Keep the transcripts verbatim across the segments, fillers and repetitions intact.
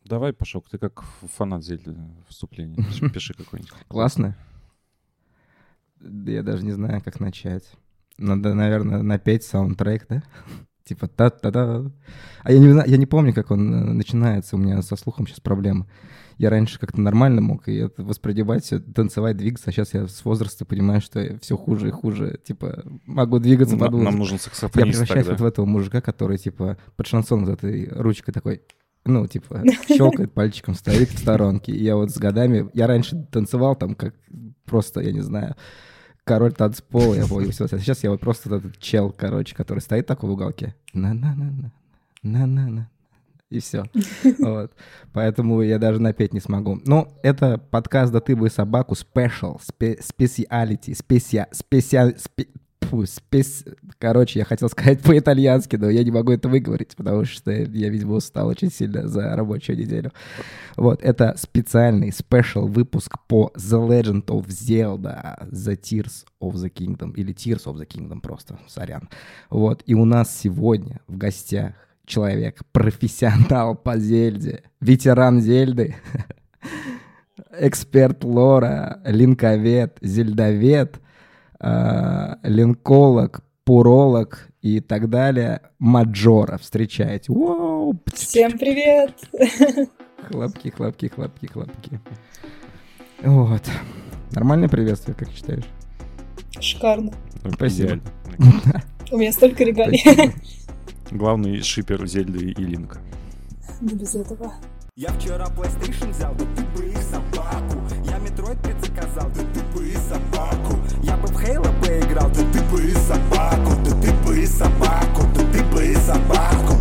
Давай, Пашок, ты как фанат Зельды вступления. Пиши какой-нибудь. Классно. Я даже не знаю, как начать. Надо, наверное, напеть саундтрек, да? Типа та-та-та. А я не, я не помню, как он начинается. У меня со слухом сейчас проблемы. Я раньше как-то нормально мог и это воспринимать, все, танцевать, двигаться, а сейчас я с возраста понимаю, что все хуже и хуже. Типа, могу двигаться под музыку. Нам нужен саксофонист. Я превращаюсь тогда. вот в этого мужика, который, типа, под шансон вот этой ручкой такой, ну, типа, щелкает пальчиком, стоит в сторонке. И я вот с годами... Я раньше танцевал там как просто, я не знаю, король танцпола, я помню, все. А сейчас я вот просто вот этот чел, короче, который стоит такой в уголке. На-на-на-на, на-на-на. И все. Вот. Поэтому я даже напеть не смогу. Ну, это подкаст «Да ты бы собаку» спешл, специалити, спеcia, спеcia, спе, фу, спес... Короче, я хотел сказать по-итальянски, но я не могу это выговорить, потому что я, видимо, устал очень сильно за рабочую неделю. Вот, это специальный спешл выпуск по The Legend of Zelda, The Tears of the Kingdom, или Tears of the Kingdom просто, сорян. Вот, и у нас сегодня в гостях человек, профессионал по Зельде, ветеран Зельды, эксперт лора, линковед, зельдовед, э, линколог, пуролог и так далее. Маджора встречаете. Уоу! Всем привет! Хлопки, хлопки, хлопки, хлопки. Вот. Нормальное приветствие, как считаешь? Шикарно. Спасибо. У меня столько регалий. Главный шипер Зельды и Линка. Не без этого. Я вчера PlayStation взял, да ты бы и собаку. Я Metroid предзаказал, да ты бы и собаку. Я бы в Halo поиграл, да ты бы и собаку. Да ты бы и собаку, да ты бы и собаку.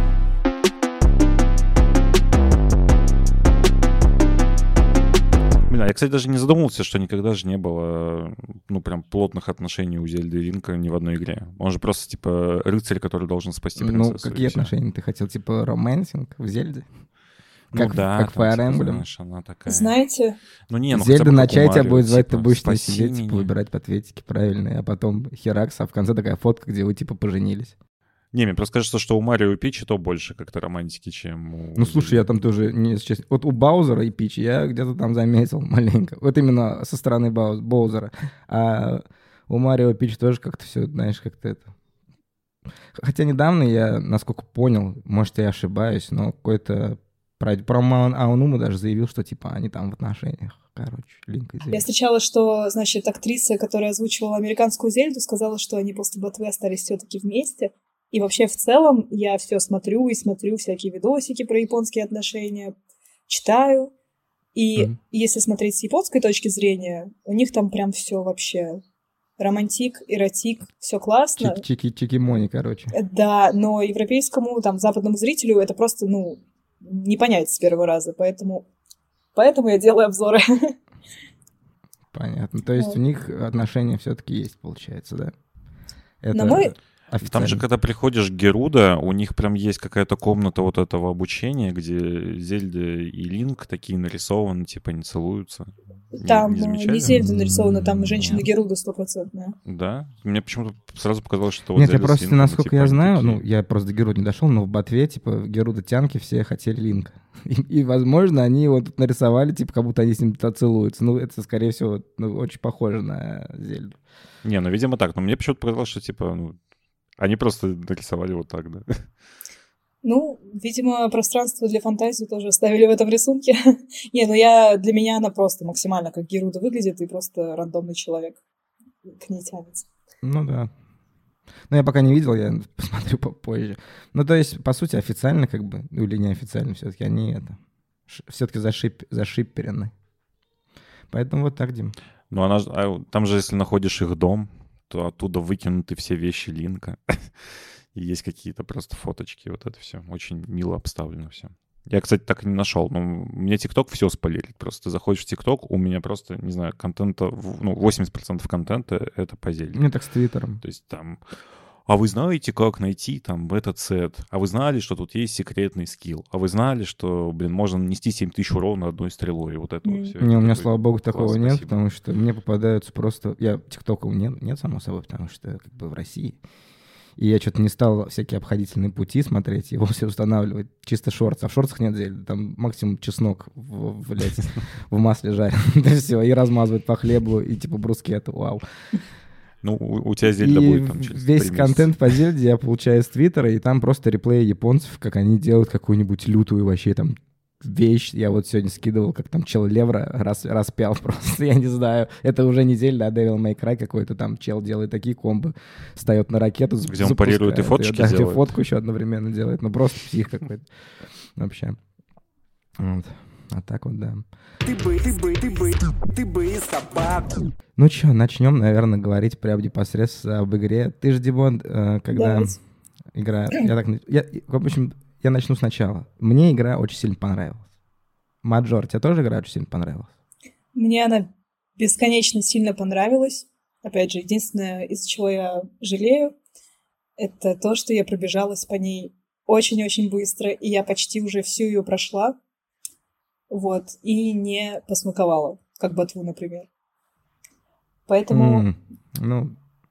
Бля, я, кстати, даже не задумывался, что никогда же не было, ну, прям плотных отношений у Зельды и Линка ни в одной игре. Он же просто, типа, рыцарь, который должен спасти принцессу. Ну, какие отношения? Ты хотел, типа, романсинг в Зельде? Как, ну да, как там, Fire типа, Emblem. Знаешь, она такая... Знаете? Ну, не, ну, Зельда на чай тебя будет звать, типа, ты будешь с ней спаси сидеть, меня. типа, выбирать ответики правильные, а потом Херакс, а в конце такая фотка, где вы, типа, поженились. Не, мне просто кажется, что у Марио и Пичи то больше как-то романтики, чем у... Ну, слушай, я там тоже, не, если честно, вот у Баузера и Пичи я где-то там заметил маленько. Вот именно со стороны Бауз, Боузера. А у Марио и Пичи тоже как-то все, знаешь, как-то это... Хотя недавно я, насколько понял, может, я ошибаюсь, но какой-то... Про, про Аонуму даже заявил, что, типа, они там в отношениях. Короче, Линк и Зельда. Я встречала, что, значит, актриса, которая озвучивала американскую Зельду, сказала, что они после ботвы остались все-таки вместе. И вообще, в целом, я все смотрю и смотрю всякие видосики про японские отношения, читаю. И mm-hmm. если смотреть с японской точки зрения, у них там прям все вообще романтик, эротик, все классно. Чики-чики-мони, короче. Да, но европейскому, там, западному зрителю это просто, ну, не понять с первого раза, поэтому, поэтому я делаю обзоры. Понятно. То есть вот. У них отношения все-таки есть, получается, да? Это... На мой... Там же, когда приходишь к Геруда, у них прям есть какая-то комната вот этого обучения, где Зельда и Линк такие нарисованы, типа не целуются. Там не, не, не Зельда нарисована, там женщина Геруда стопроцентная. Да? Мне почему-то сразу показалось, что... Нет, вот я просто, Линком, насколько типа, я знаю, такие... ну, я просто до Геруда не дошел, но в ботве, типа, Геруда-тянки все хотели Линка. И, и, возможно, они его тут нарисовали, типа, как будто они с ним целуются. Ну, это, скорее всего, ну, очень похоже на Зельду. Не, ну, видимо, так. Но мне почему-то показалось, что, типа, ну, они просто нарисовали вот так, да. Ну, видимо, пространство для фантазии тоже оставили в этом рисунке. Не, ну я, для меня она просто максимально как Геруда выглядит, и просто рандомный человек к ней тянется. Ну да. Но я пока не видел, я посмотрю попозже. Ну, то есть, по сути, официально, как бы, ну или неофициально, все-таки они это, все-таки зашип, зашиперены. Поэтому вот так, Дим. Ну, она, там же, если находишь их дом, то оттуда выкинуты все вещи Линка. И есть какие-то просто фоточки, вот это все. Очень мило обставлено все. Я, кстати, так и не нашел. Но мне ТикТок все спойлерит. Просто ты заходишь в ТикТок, у меня просто, не знаю, контента, ну, восемьдесят процентов контента — это по Зельде. Мне так с Твиттером. То есть там... А вы знаете, как найти там этот сет? А вы знали, что тут есть секретный скилл? А вы знали, что, блин, можно нанести семь тысяч урона одной стрелой? Вот это mm. вот все. Не, у меня, слава богу, такого класс, нет, спасибо. Потому что мне попадаются просто... Я ТикТока нет, нет, само собой, потому что как бы в России. И я что-то не стал всякие обходительные пути смотреть, его все устанавливать. Чисто шортс. А в шортсах нет зелья. Там максимум чеснок в, в, блядь, в масле жарят. Все, и размазывать по хлебу, и типа брускету. Вау. Ну, у, у тебя Зельда и будет там через весь контент по Зельде я получаю из Твиттера, и там просто реплеи японцев, как они делают какую-нибудь лютую вообще там вещь. Я вот сегодня скидывал, как там чел левра рас, распял просто, я не знаю. Это уже не Зельда, а Devil May Cry какой-то там чел делает такие комбо, встает на ракету, где он парирует и фоточки да, делает. И фотку еще одновременно делает. Ну, просто псих какой-то. Вообще. Вот. А так вот, да. Ты бы, ты бы, ты бы, ты бы собаку. Ну что, начнем, наверное, говорить прям непосредственно об игре. Ты же, Димон, э, когда Давайте. игра... Я так... Я, в общем, я начну сначала. Мне игра очень сильно понравилась. Маджор, тебе тоже игра очень сильно понравилась? Мне она бесконечно сильно понравилась. Опять же, единственное, из-за чего я жалею, это то, что я пробежалась по ней очень-очень быстро, и я почти уже всю ее прошла. Вот, и не посмаковала, как ботву, например. Поэтому... Mm, ну,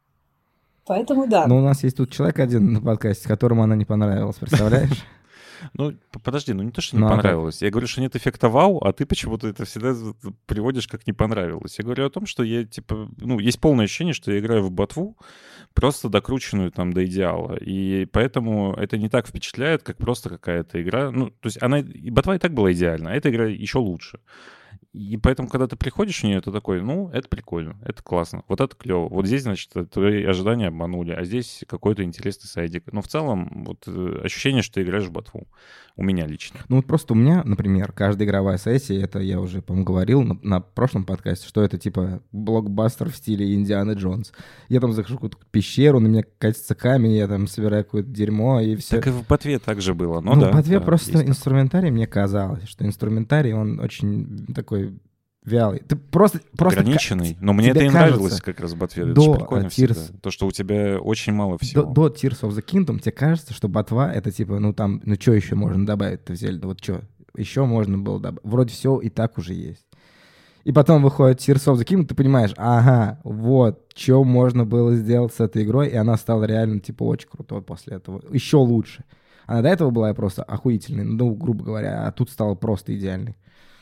поэтому да. Ну, у нас есть тут человек один на подкасте, которому она не понравилась, представляешь? Ну, подожди, ну не то, что не Ну, а как? понравилось. Я говорю, что нет эффекта вау, а ты почему-то это всегда приводишь как не понравилось. Я говорю о том, что я, типа, ну, есть полное ощущение, что я играю в ботву, просто докрученную там до идеала. И поэтому это не так впечатляет, как просто какая-то игра. Ну, то есть она, и ботва и так была идеальна, а эта игра еще лучше. И поэтому, когда ты приходишь в нее, ты такой, ну, это прикольно, это классно, вот это клево. Вот здесь, значит, твои ожидания обманули, а здесь какой-то интересный сайдик. Но в целом, вот ощущение, что ты играешь в ботву. У меня лично. Ну вот просто у меня, например, каждая игровая сессия, это я уже, по-моему, говорил на, на прошлом подкасте, что это типа блокбастер в стиле Индиана Джонс. Я там захожу в какую-то пещеру, на меня катится камень, я там собираю какое-то дерьмо, и все. Так и в ботве так же было, но ну, да. в ботве да, просто инструментарий, мне казалось, что инструментарий, он очень такой вялый. Ты просто... просто ограниченный. Но мне тебе это и кажется, нравилось как раз в ботве. Это до же прикольно Tears... всегда. То, что у тебя очень мало всего. До, до Tears of the Kingdom тебе кажется, что ботва — это типа, ну там, ну что еще можно добавить-то в Зельду? Вот что еще можно было добавить? Вроде все и так уже есть. И потом выходит Tears of the Kingdom, ты понимаешь, ага, вот, что можно было сделать с этой игрой, и она стала реально, типа, очень крутой после этого. Еще лучше. Она до этого была просто охуительной, ну, грубо говоря, а тут стала просто идеальной.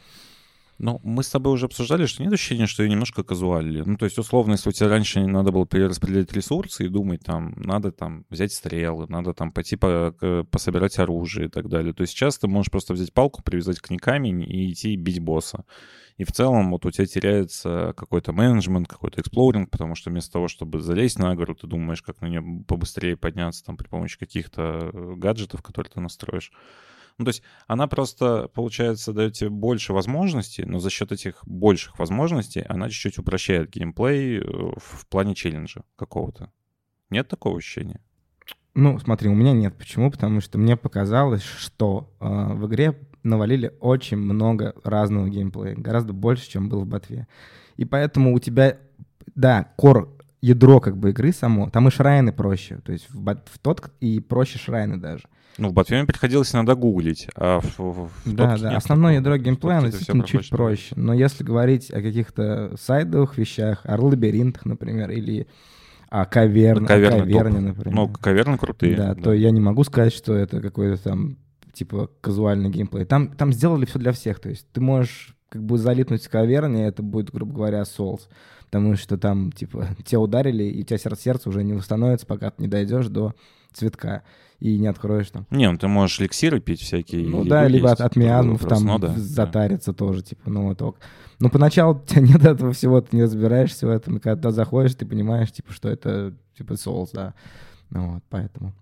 Ну, мы с тобой уже обсуждали, что нет ощущения, что ее немножко казуалили. Ну, то есть, условно, если у тебя раньше не надо было перераспределять ресурсы и думать, там, надо там взять стрелы, надо там пойти по, пособирать оружие и так далее, то сейчас ты можешь просто взять палку, привязать к ней камень и идти бить босса. И в целом вот у тебя теряется какой-то менеджмент, какой-то эксплоринг, потому что вместо того, чтобы залезть на гору, ты думаешь, как на нее побыстрее подняться там при помощи каких-то гаджетов, которые ты настроишь. Ну, то есть она просто, получается, дает тебе больше возможностей, но за счет этих больших возможностей она чуть-чуть упрощает геймплей в плане челленджа какого-то. Нет такого ощущения? Ну, смотри, у меня нет. Почему? Потому что мне показалось, что э, в игре навалили очень много разного геймплея. Гораздо больше, чем было в ботве. И поэтому у тебя, да, кор, ядро как бы игры само, там и шрайны проще. То есть в, бот, в тот и проще шрайны даже. Ну, в ботве мне приходилось иногда гуглить, а в, в, в Да, да, основное ядро геймплея, оно действительно чуть проще. проще. Но если говорить о каких-то сайдовых вещах, о лабиринтах, например, или о каверне, Каверны, каверне например. Ну, каверны крутые. Да, да, то я не могу сказать, что это какой-то там, типа, казуальный геймплей. Там, там сделали все для всех. То есть ты можешь как бы залипнуть в каверне, это будет, грубо говоря, Souls. Потому что там, типа, тебя ударили, и у тебя сердце, сердце уже не восстановится, пока ты не дойдешь до цветка и не откроешь там. Не, ну ты можешь эликсиры пить всякие. Ну да, либо от, от миазмов там ну, да, затариться да. тоже, типа, ну вот ок. Но поначалу у тебя нет этого всего, ты не разбираешься в этом, и когда заходишь, ты понимаешь, типа, что это, типа, Souls, да. Ну вот, поэтому.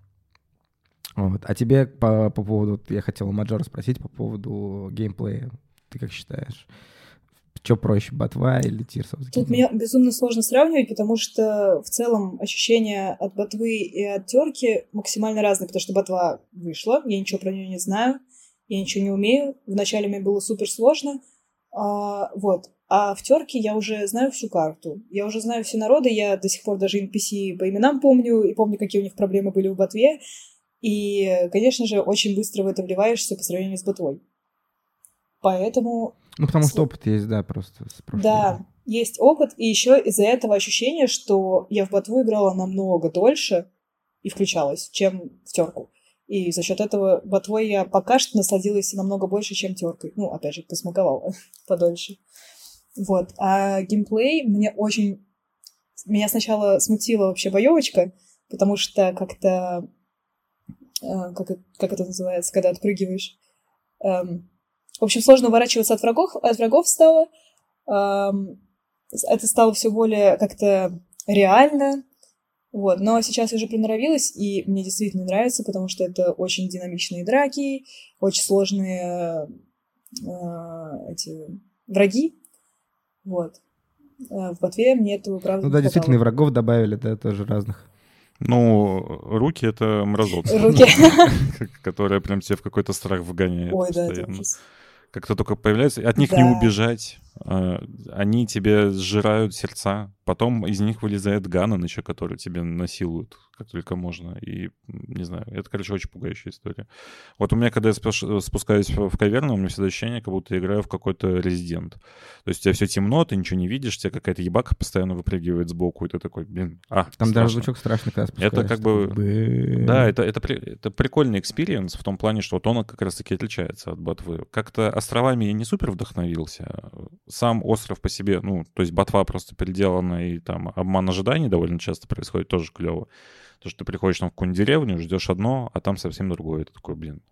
Вот. А тебе по, по поводу, я хотел у Маджора спросить по поводу геймплея. Ты как считаешь? Что проще, ботва или Tears of the Kingdom? Тут мне безумно сложно сравнивать, потому что в целом ощущения от ботвы и от терки максимально разные, потому что ботва вышла, я ничего про нее не знаю, я ничего не умею. Вначале мне было супер сложно, а, вот. А в терке я уже знаю всю карту, я уже знаю все народы, я до сих пор даже эн пи си по именам помню, и помню, какие у них проблемы были в ботве, и, конечно же, очень быстро в это вливаешься по сравнению с ботвой. Поэтому... Ну, потому что опыт есть, да, просто. Да, жизни. Есть опыт, и еще из-за этого ощущение, что я в ботву играла намного дольше, и включалась, чем в терку. И за счет этого ботвой я пока что насладилась намного больше, чем теркой. Ну, опять же, посмаковала подольше. Вот. А геймплей мне очень... Меня сначала смутила вообще боевочка, потому что как-то... Э, как, как это называется, когда отпрыгиваешь? Эм, в общем, сложно уворачиваться от врагов, от врагов стало. Эм, это стало все более как-то реально. Вот. Но сейчас я уже приноровилась, и мне действительно нравится, потому что это очень динамичные драки, очень сложные э, эти враги. Вот. В ботве мне этого, правда, Ну да, не действительно, и хватало. врагов добавили, да, тоже разных. Ну, руки — это мразотство. Руки. Которое прям тебе в какой-то страх вгоняет Ой, да, это постоянно. ужас. Как-то только появляется, от них Да. не убежать. а, Они тебе сжирают сердца. Потом из них вылезает Ганоныч, который тебе насилуют, как только можно. И, м, не знаю, это, короче, очень пугающая история. Вот у меня, когда я спеш- спускаюсь в в каверну, у меня всегда ощущение, как будто я играю в какой-то резидент. То есть у тебя все темно, ты ничего не видишь, тебе какая-то ебака постоянно выпрыгивает сбоку, и ты такой, блин, а, Там даже страшно. звучок страшный, когда спускаешься. Это как бы- Бэ. Да, это, это, при- это прикольный экспириенс в том плане, что вот он как раз-таки отличается от ботвы. Как-то островами я не супер вдохновился. Сам остров по себе, ну, то есть ботва просто переделана, и там обман ожиданий довольно часто происходит, тоже клево. То, что ты приходишь там в какую-нибудь деревню, ждешь одно, а там совсем другое. Это такой, блин.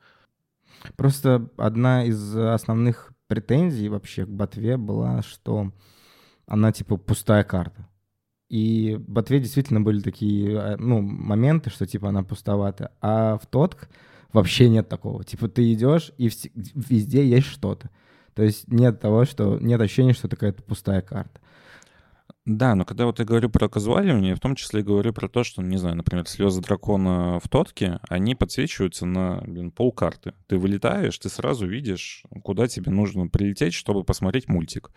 Просто одна из основных претензий вообще к ботве была, что она типа пустая карта. И в ботве действительно были такие, э, ну, моменты, что типа она пустовата. А в Тотк вообще нет такого. Типа ты идешь, и вс- везде есть что-то. То есть нет того, что... Нет ощущения, что это какая-то пустая карта. Да, но когда вот я говорю про казуаливание, в том числе говорю про то, что, не знаю, например, слезы дракона в Тотке, они подсвечиваются на, блин, полкарты. Ты вылетаешь, ты сразу видишь, куда тебе нужно прилететь, чтобы посмотреть мультик.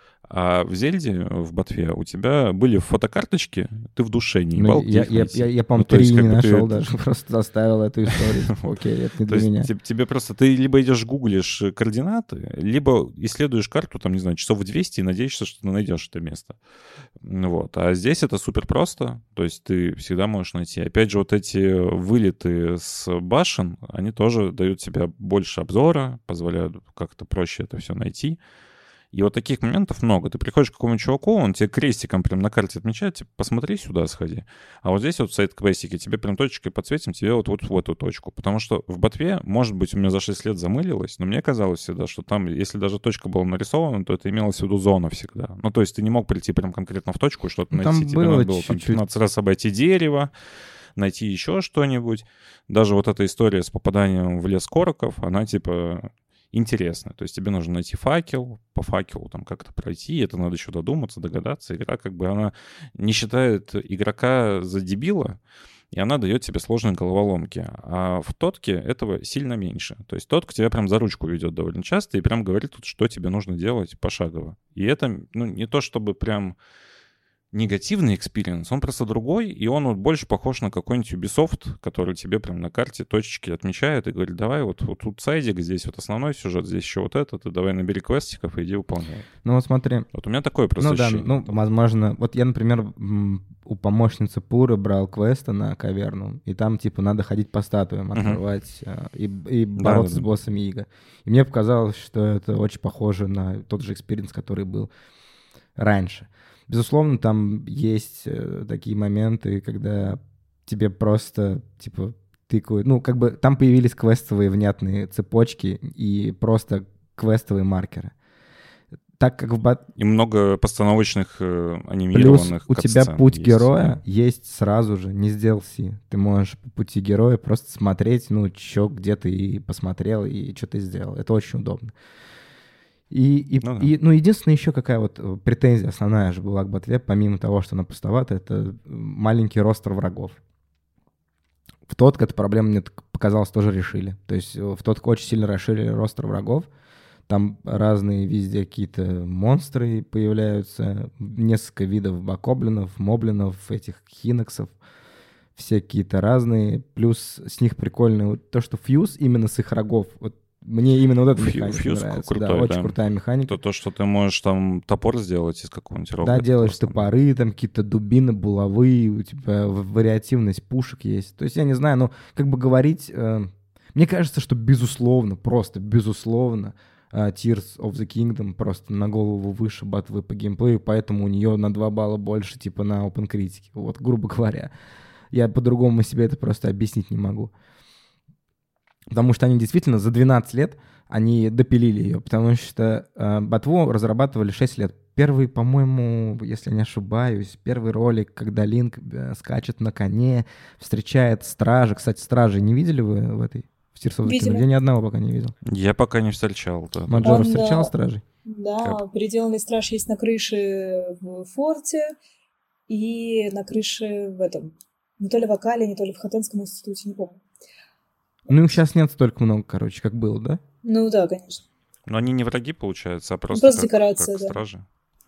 А в Зельде, в ботве, у тебя были фотокарточки, ты в душе не Ну, ебал, я, где их я, найти. я, я, по-моему, Ну, то есть, три не как бы ты- нашел даже. Просто оставил эту историю. Окей, это не То для есть меня. те- тебе просто... Ты либо идешь гуглишь координаты, либо исследуешь карту, там, не знаю, часов двести и надеешься, что ты найдешь это место. Ну Вот. А здесь это супер просто. То есть ты всегда можешь найти. Опять же, вот эти вылеты с башен, они тоже дают тебе больше обзора, позволяют как-то проще это все найти. И вот таких моментов много. Ты приходишь к какому-нибудь чуваку, он тебе крестиком прям на карте отмечает, типа, посмотри сюда, сходи. А вот здесь вот в сайт-квестике тебе прям точкой подсветим тебе вот, вот в эту точку. Потому что в ботве, может быть, у меня за шесть лет замылилось, но мне казалось всегда, что там, если даже точка была нарисована, то это имелось в виду зона всегда. Ну, то есть ты не мог прийти прям конкретно в точку и что-то Ну, там найти. Тебе было надо было там чуть-чуть. пятнадцать раз обойти дерево, найти еще что-нибудь. Даже вот эта история с попаданием в лес короков, она типа... интересно. То есть тебе нужно найти факел, по факелу там как-то пройти, это надо еще додуматься, догадаться. Игра как бы она не считает игрока за дебила, и она дает тебе сложные головоломки. А в Тотке этого сильно меньше. То есть Тотк тебя прям за ручку ведет довольно часто и прям говорит, тут, что тебе нужно делать пошагово. И это, ну, не то чтобы прям негативный экспириенс, он просто другой, и он вот больше похож на какой-нибудь Ubisoft, который тебе прям на карте точечки отмечает и говорит, давай вот, вот тут сайдик, здесь вот основной сюжет, здесь еще вот это, ты давай набери квестиков и иди выполняй. Ну вот смотри, Вот у меня такое просто ну да, ощущение. ну, возможно, вот я, например, м, у помощницы Пуры брал квесты на каверну, и там, типа, надо ходить по статуям, Мгм. открывать э, и, и бороться да, с да. боссами Ига. И мне показалось, что это очень похоже на тот же экспириенс, который был раньше. Безусловно, там есть э, такие моменты, когда тебе просто, типа, тыкают... Ну, как бы там появились квестовые внятные цепочки и просто квестовые маркеры. Так как в бат... И много постановочных э, Плюс анимированных у тебя катсцен путь есть, героя да. есть сразу же, не с ди эл си. Ты можешь по пути героя просто смотреть, ну, чё, где ты и посмотрел, и что ты сделал. Это очень удобно. И, и, Ну да. и, ну, единственная еще какая вот э, претензия основная же была к ботве, помимо того, что она пустовата, это маленький ростер врагов. В Тотк эту проблему, мне так показалось, тоже решили. То есть э, в Тотк очень сильно расширили ростер врагов. Там разные везде какие-то монстры появляются, несколько видов бакоблинов, моблинов, этих хиноксов, все какие-то разные. Плюс с них прикольно вот то, что фьюз именно с их рогов, вот мне именно вот эта Фью- механика фьюз нравится. Да, крутой, очень да. крутая механика. То, то, что ты можешь там топор сделать из какого-нибудь рога. Да, это делаешь классно. топоры, там какие-то дубины, булавы, у тебя в- вариативность пушек есть. То есть, я не знаю, ну, как бы говорить... э, мне кажется, что безусловно, просто безусловно, э, Tears of the Kingdom просто на голову выше ботвы по геймплею, поэтому у нее на два балла больше, типа, на OpenCritic. Вот, грубо говоря. Я по-другому себе это просто объяснить не могу. Потому что они действительно за двенадцать лет они допилили ее, потому что э, ботву разрабатывали шесть лет. Первый, по-моему, если я не ошибаюсь, первый ролик, когда Линк э, скачет на коне, встречает стражи. Кстати, стражи не видели вы в этой? В Tears of the Kingdom? Видели. Я ни одного пока не видел. Я пока не встречал. Да. Маджора Он, встречал да. стражей? Да, переделанный страж есть на крыше в форте и на крыше в этом. Не то ли в Акале, не то ли в Хотенском институте, не помню. Ну, их сейчас нет столько много, короче, как было, да? Ну да, конечно. Но они не враги, получается, а просто, просто как, декорация, как да. стражи.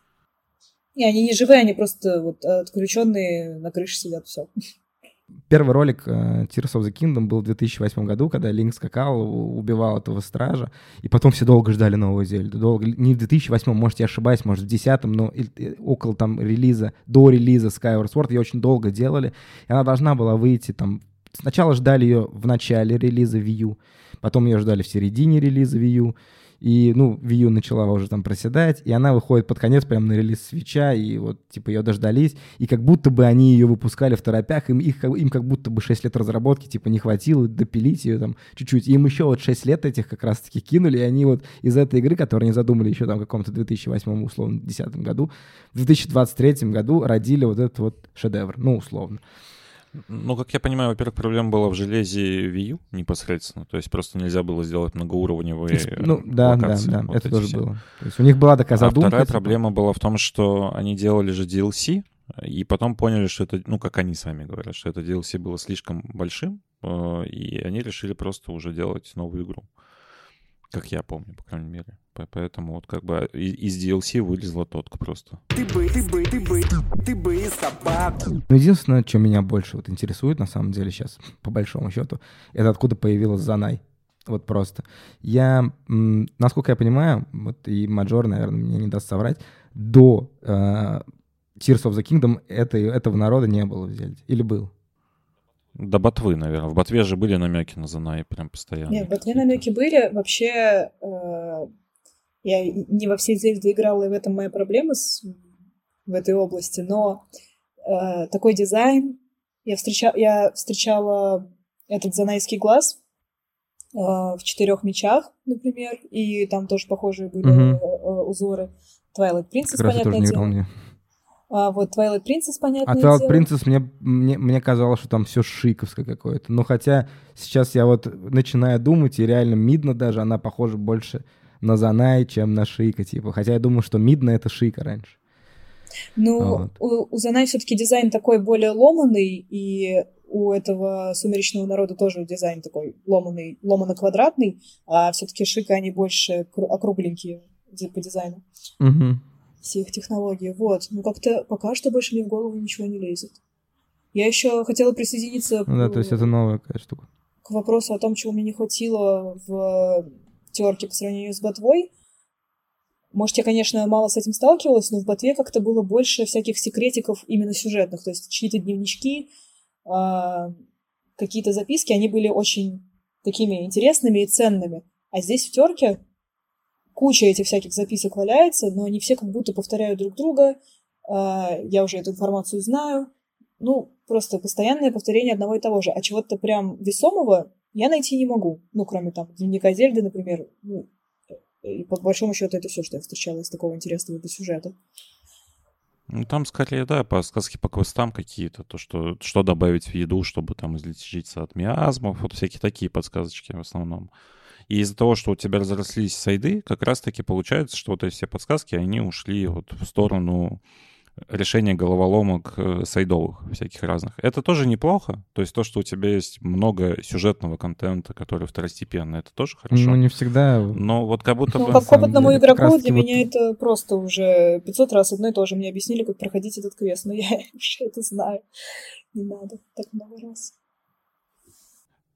И они не живые, они просто вот отключенные на крыше сидят, все. Первый ролик э, Tears of the Kingdom был в две тысячи восьмом году, когда Линк скакал, у- убивал этого стража, и потом все долго ждали новую Зельду. Долго, не в две тысячи восьмом, может, я ошибаюсь, может, в две тысячи десятом, но и- и около там релиза, до релиза Skyward Sword ее очень долго делали, и она должна была выйти там... Сначала ждали ее в начале релиза Wii U, потом ее ждали в середине релиза Wii U, и, ну, Wii U начала уже там проседать, и она выходит под конец прямо на релиз Свитча, и вот, типа, ее дождались, и как будто бы они ее выпускали в торопях, им, их, им как будто бы шесть лет разработки, типа, не хватило допилить ее там чуть-чуть, и им еще вот шесть лет этих как раз-таки кинули, и они вот из этой игры, которую они задумали еще там в каком-то две тысячи восьмом, условно, две тысячи десятом году, в две тысячи двадцать третьем году родили вот этот вот шедевр, ну, условно. Ну, как я понимаю, во-первых, проблема была в железе Wii U непосредственно. То есть просто нельзя было сделать многоуровневые Эксп- Ну, да, да, локации. да, вот это эти тоже все. было. То есть у них была такая А задумка. вторая типа, проблема была в том, что они делали же ди эл си, и потом поняли, что это, ну, как они сами говорят, что это ди эл си было слишком большим, э, и они решили просто уже делать новую игру. Как я помню, по крайней мере. По- Поэтому вот как бы и- из ди эл си вылезла тотка просто. Ты бы, ты бы, ты бы, ты бы и собаку. Ну, единственное, что меня больше вот интересует, на самом деле, сейчас, по большому счету, это откуда появилась Занай. Вот просто. Я, м, насколько я понимаю, вот и Маджор, наверное, мне не даст соврать, до э, Tears of the Kingdom этой, этого народа не было в Зельде. Или был? До ботвы, наверное. В ботве же были намеки на Занай прям постоянно. Нет, в Ботве какие-то. намеки были. Вообще, э, я и- не во все Зельды играла, и в этом моя проблема с- в этой области, но э, такой дизайн... Я, встреча, я встречала этот занайский глаз э, в четырех мечах, например, и там тоже похожие были Мгм. э, э, узоры. Twilight Princess, Как раз я тоже понятное не играл. дело. Не. А вот Twilight Princess, понятное А Twilight дело. Princess мне, мне, мне казалось, что там все шиковское какое-то. Но хотя сейчас я вот начинаю думать, и реально Мидна даже, она похожа больше на Занай, чем на Шика, типа. Хотя я думал, что Мидна — это Шика раньше. Ну, Вот. у, у Занай все-таки дизайн такой более ломаный, и у этого сумеречного народа тоже дизайн такой ломаный, ломано-квадратный, а все-таки Шика, они больше кру- округленькие ди- по дизайну. Мгм. Все их технологии. Вот. Ну, как-то пока что больше мне в голову ничего не лезет. Я еще хотела присоединиться Ну да, к, то есть это новая какая штука. к вопросу о том, чего мне не хватило в терке по сравнению с ботвой. Может, я, конечно, мало с этим сталкивалась, но в ботве как-то было больше всяких секретиков именно сюжетных. То есть чьи-то дневнички, а, какие-то записки, они были очень такими интересными и ценными. А здесь в терке куча этих всяких записок валяется, но они все как будто повторяют друг друга. А, я уже эту информацию знаю. Ну, просто постоянное повторение одного и того же. А чего-то прям весомого я найти не могу. Ну, кроме там дневника Зельды, например. Ну, и по большому счету это все, что я встречала из такого интересного по сюжету. Ну, там скорее, да, подсказки по квестам какие-то, то, что, что добавить в еду, чтобы там излечиться от миазмов, вот всякие такие подсказочки в основном. И из-за того, что у тебя разрослись сайды, как раз-таки получается, что вот эти все подсказки, они ушли вот в сторону решения головоломок э, сайдовых всяких разных. Это тоже неплохо. То есть то, что у тебя есть много сюжетного контента, который второстепенный, это тоже хорошо. Ну, не всегда. Но вот как будто Ну, бы... как самом опытному деле, как игроку раз-таки для вот- меня это просто уже пятьсот раз одно и то же. Мне объяснили, как проходить этот квест, но я уже это знаю. Не надо так много раз.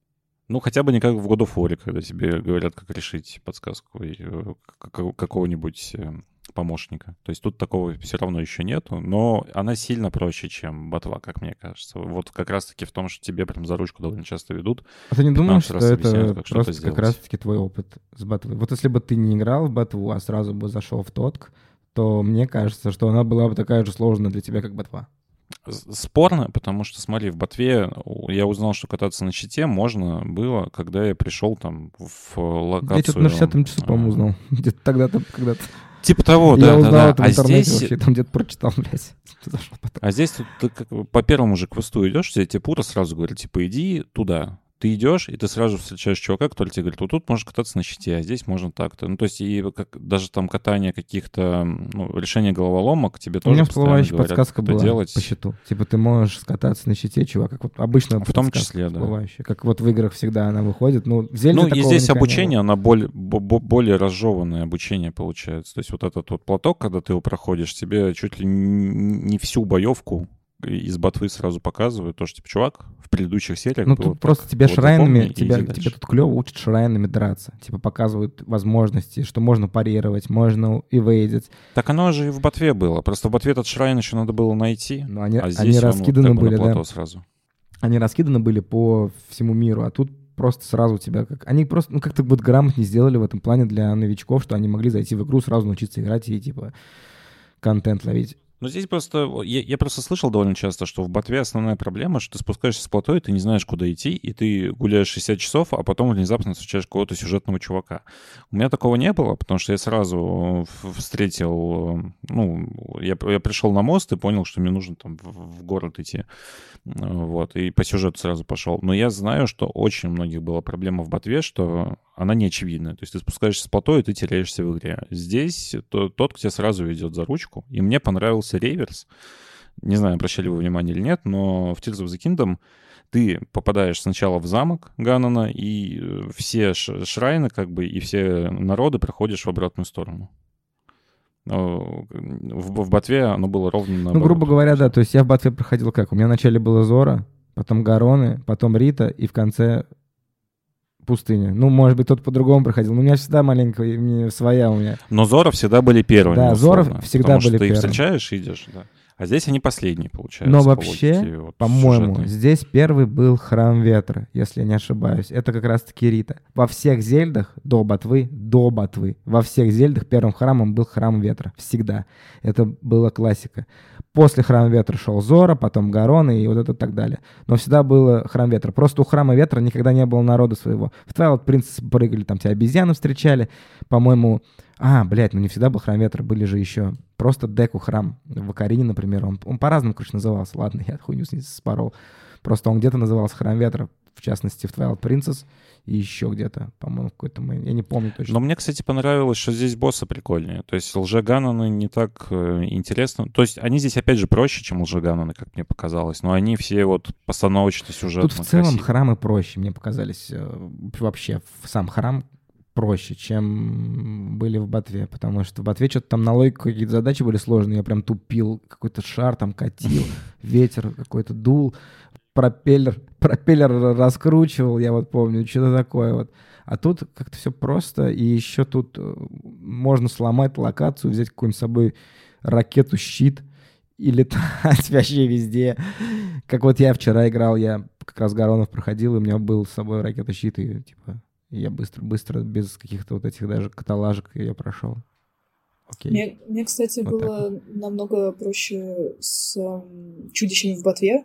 Ну, хотя бы не как в God of War, когда тебе говорят, как решить подсказку и, э, как- какого-нибудь э, помощника. То есть тут такого все равно еще нету, но она сильно проще, чем ботва, как мне кажется. Вот как раз-таки в том, что тебе прям за ручку довольно часто ведут. А ты не думаешь, пятнадцать что раз объясняют, это как что-то просто как сделать. раз-таки твой опыт с ботвой? Вот если бы ты не играл в ботву, а сразу бы зашел в тотк, то мне кажется, что она была бы такая же сложная для тебя, как ботва. С- Спорно, потому что, смотри, в ботве у- я узнал, что кататься на щите можно было, когда я пришел там в локацию. Я что-то на шестидесятом часу, по-моему, э, узнал. Где-то тогда-то, когда-то. Типа того, Я да, да, узнал да. это в А интернете здесь, вообще, там где-то прочитал, блядь. Зашел потом. а здесь тут ты как бы по первому же квесту идешь, тебе Пура сразу говорит, типа, иди туда. Ты идешь, и ты сразу встречаешь чувака, который тебе говорит, вот тут можно кататься на щите, а здесь можно так-то. Ну, то есть, и как, даже там катание каких-то, ну, решение головоломок тебе У тоже меня постоянно всплывающая говорят, подсказка что была делать. по счету. Типа ты можешь скататься на щите, чувак, как вот обычно В том подсказка числе, да. всплывающая. Как вот в играх всегда она выходит. Ну, в Зельде Ну, и такого здесь никогда не обучение, было. оно более, бо- бо- более разжеванное обучение получается. То есть вот этот вот платок, когда ты его проходишь, тебе чуть ли н- не всю боевку из ботвы сразу показывают. То, что, типа, чувак, в предыдущих сериях Ну, было тут так. просто тебя Вот шрайнами, запомни и тебя, иди тебя дальше. тут клево учат шрайнами драться. Типа показывают возможности, что можно парировать, можно эвейдить. Так оно же и в ботве было. Просто в ботве этот шрайн еще надо было найти, Но они, а они здесь он вот раскиданы такой были, на плато да. сразу. Они раскиданы были по всему миру, а тут просто сразу тебя как... Они просто, ну, как-то вот грамотнее сделали в этом плане для новичков, что они могли зайти в игру, сразу научиться играть и, типа, контент ловить. Ну, здесь просто... Я, я просто слышал довольно часто, что в ботве основная проблема, что ты спускаешься с плато, и ты не знаешь, куда идти, и ты гуляешь шестьдесят часов, а потом внезапно встречаешь какого-то сюжетного чувака. У меня такого не было, потому что я сразу в- встретил... Ну, я, я пришел на мост и понял, что мне нужно там в, в город идти. Вот, и по сюжету сразу пошел. Но я знаю, что очень у многих была проблема в ботве, что она не очевидная. То есть ты спускаешься с плато, и ты теряешься в игре. Здесь то- тот, кто тебя сразу ведет за ручку. И мне понравился реверс. Не знаю, обращали вы внимание или нет, но в Tears of the Kingdom ты попадаешь сначала в замок Ганнона, и э, все ш- шрайны, как бы, и все народы проходишь в обратную сторону. Но В, в ботве оно было ровно наоборот. Ну, грубо говоря, да, то есть я в ботве проходил как? У меня вначале было Зора, потом Гароны, потом Рита, и в конце пустыня. Ну, может быть, кто-то по-другому проходил. Но у меня всегда маленькая, мне своя у меня. Но Зоро всегда были первыми. Да, Зоро условно, всегда потому были что ты их первыми. встречаешь и идешь, да. А здесь они последние, получается. Но по вообще, логике, вот, по-моему, сюжетной. здесь первый был Храм Ветра, если я не ошибаюсь. Это как раз-таки Рита. Во всех зельдах до ботвы, до ботвы, во всех зельдах первым храмом был Храм Ветра. Всегда. Это была классика. После Храма Ветра шел Зора, потом Гарон и вот это так далее. Но всегда было Храм Ветра. Просто у Храма Ветра никогда не было народа своего. В Twilight Princess прыгали, там тебя обезьяны встречали. По-моему... А, блядь, ну не всегда был Храм Ветра, были же еще просто Деку храм в Акарине, например. Он, он по-разному, короче, назывался. Ладно, я хуйню с ней спорол. Просто он где-то назывался Храм Ветра, в частности, в Twilight Princess, и еще где-то, по-моему, в какой-то... момент. Я не помню точно. Но мне, кстати, понравилось, что здесь боссы прикольнее. То есть лжегананы не так э, интересно. То есть они здесь, опять же, проще, чем лжегананы, как мне показалось. Но они все вот постановочно, сюжетно Тут в целом красивые. храмы проще, мне показались. э, Вообще, в сам храм проще, чем были в ботве, потому что в ботве что-то там на логику какие-то задачи были сложные, я прям тупил, какой-то шар там катил, ветер какой-то дул, пропеллер, пропеллер раскручивал, я вот помню, что-то такое вот. А тут как-то все просто, и еще тут э, можно сломать локацию, взять какую-нибудь с собой ракету, щит и летать вообще везде. Как вот я вчера играл, я как раз Гаронов проходил, и у меня был с собой ракета, щит, и типа я быстро, быстро, без каких-то вот этих даже каталажек я прошел. Окей. Мне, мне, кстати, Вот было намного проще с эм, чудищами в ботве.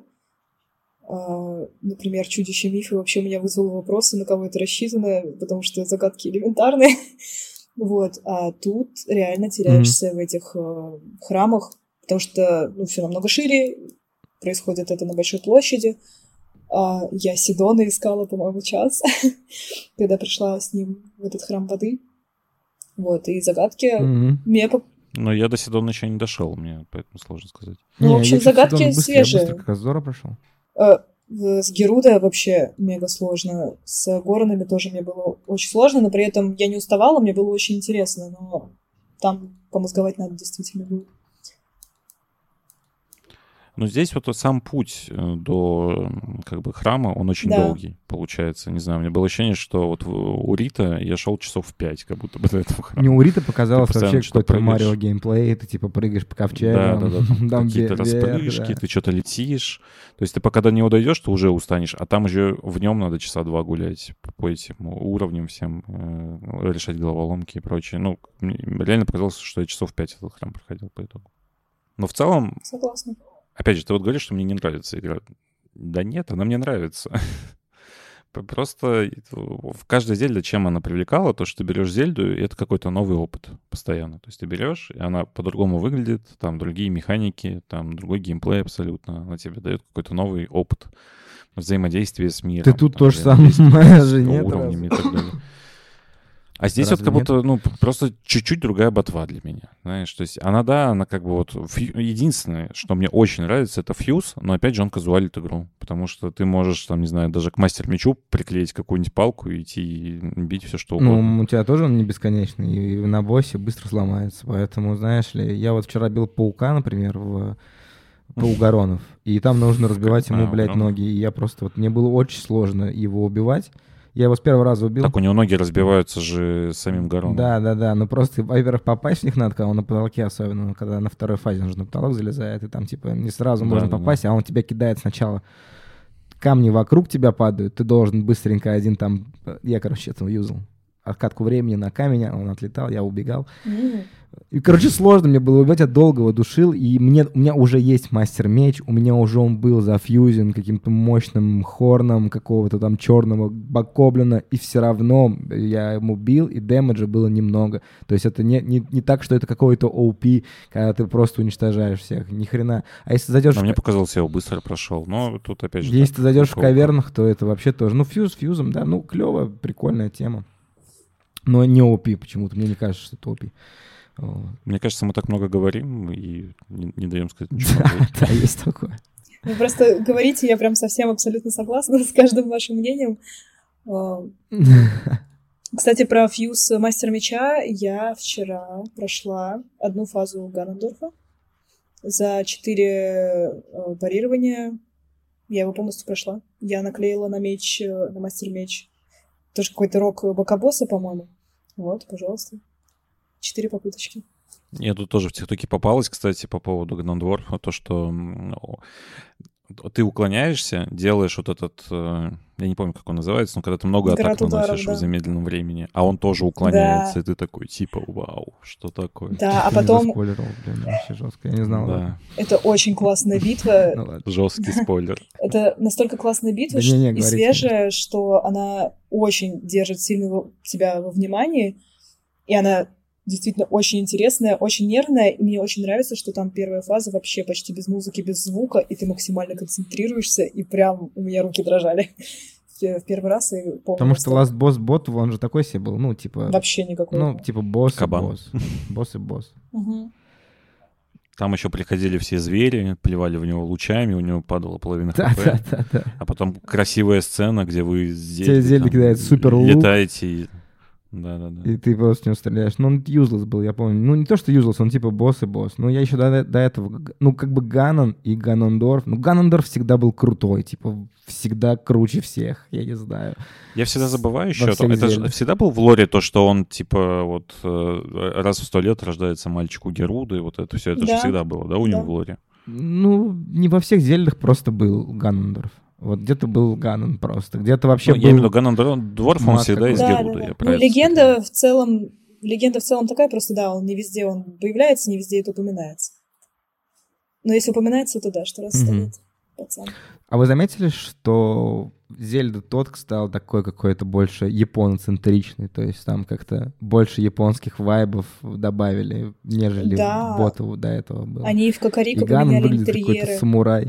А, например, чудище мифы вообще у меня вызвало вопросы, на кого это рассчитано, потому что загадки элементарные. Вот. А тут реально теряешься в этих э, храмах, потому что ну, все намного шире, происходит это на большой площади. А, я Сидона искала, по-моему, час, когда пришла с ним в этот храм воды. Вот, и загадки Мгм. мне... по- Но я до Сидона еще не дошел, мне поэтому сложно сказать. Ну, в Не, общем, я чё-то загадки Сидона быстро, я свежие. быстро как раз Зора прошел. Э, в- С Герудой вообще мега сложно. С Горонами тоже мне было очень сложно, но при этом я не уставала, мне было очень интересно, но там помозговать надо действительно было. Но здесь вот сам путь э, до м, как бы храма, он очень Да. долгий, получается. Не знаю, у меня было ощущение, что вот в- у Рита я шел часов в пять, как будто бы до этого храма. Не, у Риты показалось Ты постоянно вообще что-то какой-то прыгаешь. Марио геймплей, ты типа прыгаешь по Да, ковчегам, да, да, там там какие-то ве- вверх, распрыжки, да. ты что-то летишь. То есть ты пока до него дойдешь, ты уже устанешь, а там еще в нем надо часа два гулять по, по этим уровням всем, э, решать головоломки и прочее. Ну, мне реально показалось, что я часов пять этот храм проходил по итогу. Но в целом, Согласна. опять же, ты вот говоришь, что мне не нравится игра. Да нет, она мне нравится. П- Просто в каждой Зельде, чем она привлекала, то, что ты берешь Зельду, и это какой-то новый опыт постоянно. То есть ты берешь, и она по-другому выглядит, там другие механики, там другой геймплей абсолютно. Она тебе дает какой-то новый опыт взаимодействия с миром. Ты тут там, то же взаимодействия самое с же, нет? уровнями и так далее. А здесь Разве вот как будто, ну, п- просто чуть-чуть другая ботва для меня, знаешь, то есть она, да, она как бы вот, фью- единственное, что мне очень нравится, это фьюз, но опять же он казуалит игру, потому что ты можешь, там, не знаю, даже к мастер-мечу приклеить какую-нибудь палку и идти и бить все что угодно. Ну, у тебя тоже он не бесконечный, и на боссе быстро сломается, поэтому, знаешь ли, я вот вчера бил паука, например, в Паугаронов, и там нужно разбивать ему, А, блядь, Угаронов. ноги, и я просто, вот, мне было очень сложно его убивать, я его с первого раза убил. Так у него ноги разбиваются же самим Гароном. Да, да, да. Ну просто, во-первых, попасть в них надо, когда он на потолке, особенно, когда на второй фазе он же на потолок залезает, и там, типа, не сразу Да, можно да, да. попасть, а он тебя кидает сначала. Камни вокруг тебя падают, ты должен быстренько один там... Я, короче, этого юзал. Откатку времени на камень, он отлетал, я убегал. М. И, короче, сложно мне было убивать, я долго его душил, и мне, у меня уже есть мастер-меч, у меня уже он был зафьюзен каким-то мощным хорном какого-то там черного бакоблина, и все равно я ему бил, и дэмэджа было немного. То есть это не, не, не так, что это какой-то о пи, когда ты просто уничтожаешь всех, ни хрена. А если зайдешь... Но в мне ка- показалось, я его быстро прошел. Но тут опять же... Если так, ты зайдешь в у кого как. кавернах, то это вообще тоже... Ну, фьюз фьюзом, да, ну, клевая, прикольная тема. Но не о пи почему-то, мне не кажется, что это о пи. Вот. Мне кажется, мы так много говорим и не, не даем сказать ничего. нового. Да, есть такое. Вы просто говорите, я прям совсем абсолютно согласна с каждым вашим мнением. А, Кстати, про фьюз Мастер Меча я вчера прошла одну фазу Ганнендорфа за четыре э, парирования. Я его полностью прошла. Я наклеила на меч, э, на Мастер Меч тоже какой-то рок бокобосса, по-моему. Вот, пожалуйста. Четыре попыточки. Я тут тоже в ТикТоке попалась, кстати, по поводу Гномдворфа, то, что м, о, ты уклоняешься, делаешь вот этот, э, я не помню, как он называется, но когда ты много Град атак ударов, наносишь да. в замедленном времени, а он тоже уклоняется, и ты такой, типа, вау, что такое? Да, а Ты не потом заспойлерил, блин, вообще жестко. Я не знал. Да, это очень классная битва. Ну ладно. жесткий спойлер. Это настолько классная битва Да ш- не-не, и говорите, свежая, что она очень держит сильно во- тебя во внимании, и она действительно очень интересная, очень нервная, и мне очень нравится, что там первая фаза вообще почти без музыки, без звука, и ты максимально концентрируешься, и прям у меня руки дрожали в в первый раз, и полный Потому что восторг. Last Boss Bot, он же такой себе был, ну, типа... Вообще никакой. Ну, типа босс и Кабан. босс. Босс и босс. Мгм. Там еще приходили все звери, плевали в него лучами, у него падала половина хп. Да-да-да. А потом красивая сцена, где вы с Тебе Зельда там кидает супер лук. летаете. и- Да-да-да. И ты просто в него стреляешь. Ну, он useless был, я помню. Ну, не то, что useless, он типа босс и босс. Ну, я еще до, до этого... г- Ну, как бы Ганнон и Ганнондорф. Ну, Ганнондорф всегда был крутой. Типа, всегда круче всех. Я не знаю. Я всегда забываю еще, Во о том- всех это же Зельдах. всегда был в лоре то, что он, типа, вот э, раз в сто лет рождается мальчик у Геруды, вот это все, это же Да. всегда было, да, у него Да. в лоре? Ну, не во всех Зельдах просто был Ганнондорф. Вот где-то был Ганнон просто. Где-то вообще Ну, был... я имею в виду Ганнендорф, он мат всегда из какой-то. Да, Геруда, да, я да. про Ну, это легенда в целом, легенда в целом такая, просто да, он не везде он появляется, не везде это упоминается. Но если упоминается, то да, что раз в сто Мгм. лет, пацан. А вы заметили, что Зельда Тодк стал такой какой-то больше японоцентричный, то есть там как-то больше японских вайбов добавили, нежели Да. в Ботову до этого было. Они в И Кокорико Ганнон поменяли выглядит как какой-то интерьеры. самурай.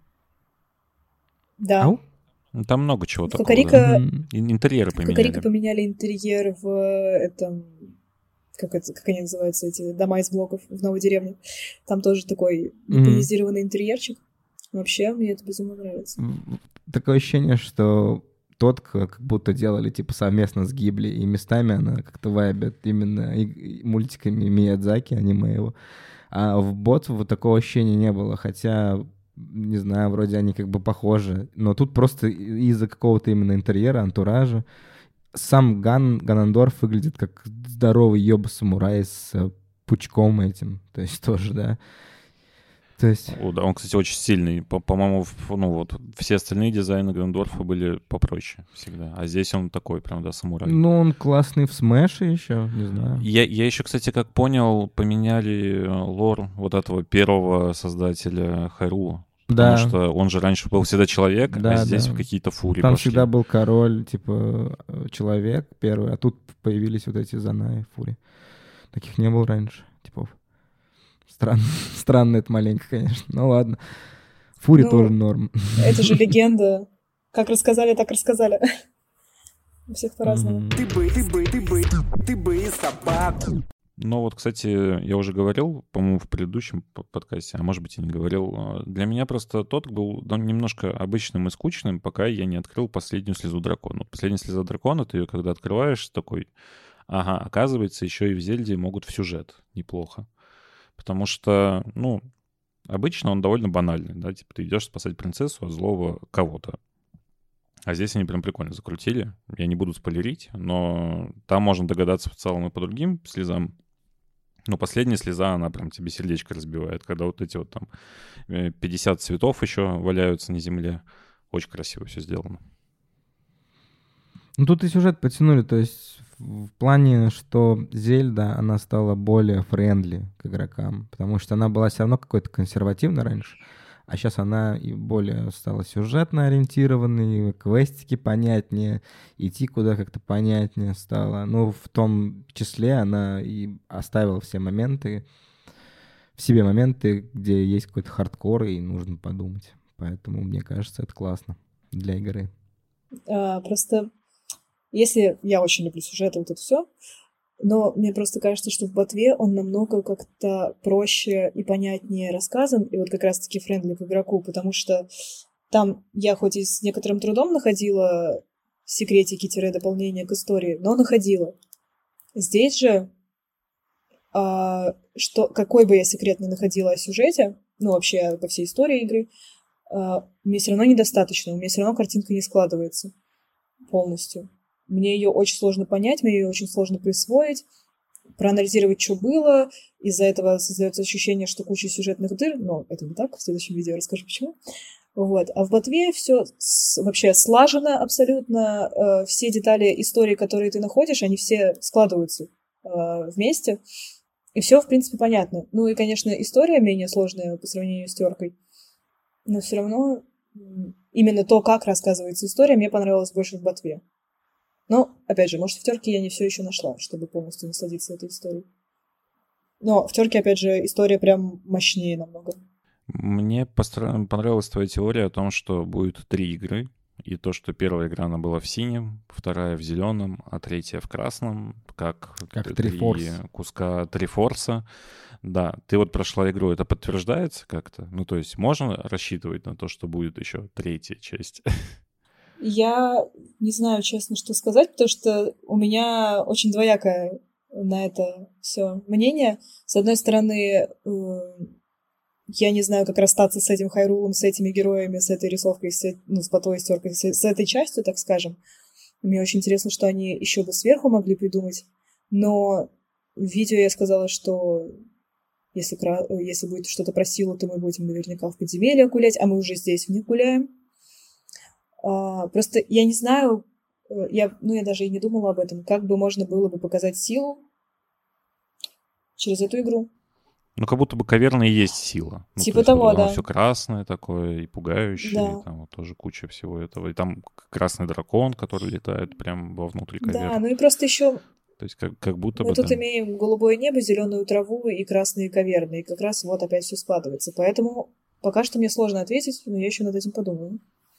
Да. Ау? Ну, там много чего В такого. Кокорико- да. Мгм. Ин- Интерьеры В Кокорико поменяли. поменяли интерьер в этом... Как, это, как они называются, эти дома из блоков в новой деревне. Там тоже такой Мгм. японизированный интерьерчик. Вообще, мне это безумно нравится. В- Такое ощущение, что Тодк как будто делали типа совместно с Гибли, и местами она как-то вайбит именно и- и мультиками Миядзаки, аниме его. А в Бот вот такого ощущения не было, хотя не знаю, вроде они как бы похожи, но тут просто из-за какого-то именно интерьера, антуража. Сам Ган, Ганандорф выглядит как здоровый ёба-самурай с пучком этим, то есть тоже, да. То есть... О, да, он, кстати, очень сильный. По- По-моему, в- ну вот, все остальные дизайны Ганандорфа были попроще всегда. А здесь он такой, прям, да, самурай. Ну, он классный в Смэше еще, не знаю. Я, я еще, кстати, как понял, поменяли э, лор вот этого первого создателя Хайрула. Да. Потому что он же раньше был всегда человек, Да, а здесь да. какие-то фури Там пошли. всегда был король, типа, э, человек первый, а тут появились вот эти Занаи, фури. Таких не было раньше, типов. Стран... Странно это маленько, конечно. Ну ладно. Фури Ну, тоже норм. Это же легенда. Как рассказали, так рассказали. У всех по-разному. Мгм. Ты бы, ты бы, ты бы, ты бы и собаку. Ну вот, кстати, я уже говорил, по-моему, в предыдущем п- подкасте, а может быть и не говорил. э, Для меня просто тот был да, немножко обычным и скучным, пока я не открыл последнюю слезу дракона. Вот последняя слеза дракона, ты ее когда открываешь, такой, ага, оказывается, еще и в Зельде могут в сюжет неплохо. Потому что, ну, обычно он довольно банальный, да, типа ты идешь спасать принцессу от злого кого-то. А здесь они прям прикольно закрутили. Я не буду спойлерить, но там можно догадаться в целом и по другим слезам. Но последняя слеза, она прям тебе сердечко разбивает, когда вот эти вот там э, пятьдесят цветов еще валяются на земле. Очень красиво все сделано. Ну, тут и сюжет потянули, то есть в в плане, что Зельда, она стала более френдли к игрокам, потому что она была все равно какой-то консервативной раньше, а сейчас она и более стала сюжетно ориентированной, квестики понятнее, идти куда как-то понятнее стало. Ну, в том числе она и оставила все моменты, в себе моменты, где есть какой-то хардкор, и нужно подумать. Поэтому, мне кажется, это классно для игры. А, просто если я очень люблю сюжет и вот это все, но мне просто кажется, что в ботве он намного как-то проще и понятнее рассказан, и вот как раз-таки френдли к игроку, потому что там я хоть и с некоторым трудом находила секретики-дополнения к истории, но находила. Здесь же, а, что, какой бы я секрет ни находила о сюжете, ну вообще по всей истории игры, а, мне все равно недостаточно, у меня все равно картинка не складывается полностью. Мне ее очень сложно понять, мне ее очень сложно присвоить, проанализировать, что было. Из-за этого создается ощущение, что куча сюжетных дыр, но это не так, в следующем видео расскажу, почему. Вот. А в ботве все вообще слажено абсолютно, э, все детали истории, которые ты находишь, они все складываются э, вместе, и все, в принципе, понятно. Ну и, конечно, история менее сложная по сравнению с теркой, но все равно м, именно то, как рассказывается история, мне понравилось больше в ботве. Но, опять же, может, в терке я не все еще нашла, чтобы полностью насладиться этой историей. Но в терке, опять же, история прям мощнее намного. Мне постро- понравилась твоя теория о том, что будет три игры, и то, что первая игра, она была в синем, вторая в зеленом, а третья в красном, как, Как т- Трифорс. три куска Трифорса. Да, ты вот прошла игру, это подтверждается как-то? Ну, то есть можно рассчитывать на то, что будет еще третья часть? Я не знаю, честно, что сказать, потому что у меня очень двоякое на это все мнение. С одной стороны, э, я не знаю, как расстаться с этим Хайрулом, с этими героями, с этой рисовкой, с, э- ну, с ботвой, с теркой, с, с этой частью, так скажем. Мне очень интересно, что они еще бы сверху могли придумать. Но в видео я сказала, что если, кра- э, если будет что-то про силу, то мы будем наверняка в подземельях гулять, а мы уже здесь в них гуляем. А, просто я не знаю, э, я, ну, я даже и не думала об этом, как бы можно было бы показать силу через эту игру. Ну, как будто бы каверна и есть сила. Ну, Типа то есть того, вот оно да. все красное такое и пугающее, Да. и там вот тоже куча всего этого. И там к- красный дракон, который летает прям вовнутрь Да, каверны. ну и просто еще То есть как, как будто мы бы, тут да. имеем голубое небо, зеленую траву и красные каверны, и как раз вот опять все складывается. Поэтому пока что мне сложно ответить, но я еще над этим подумаю.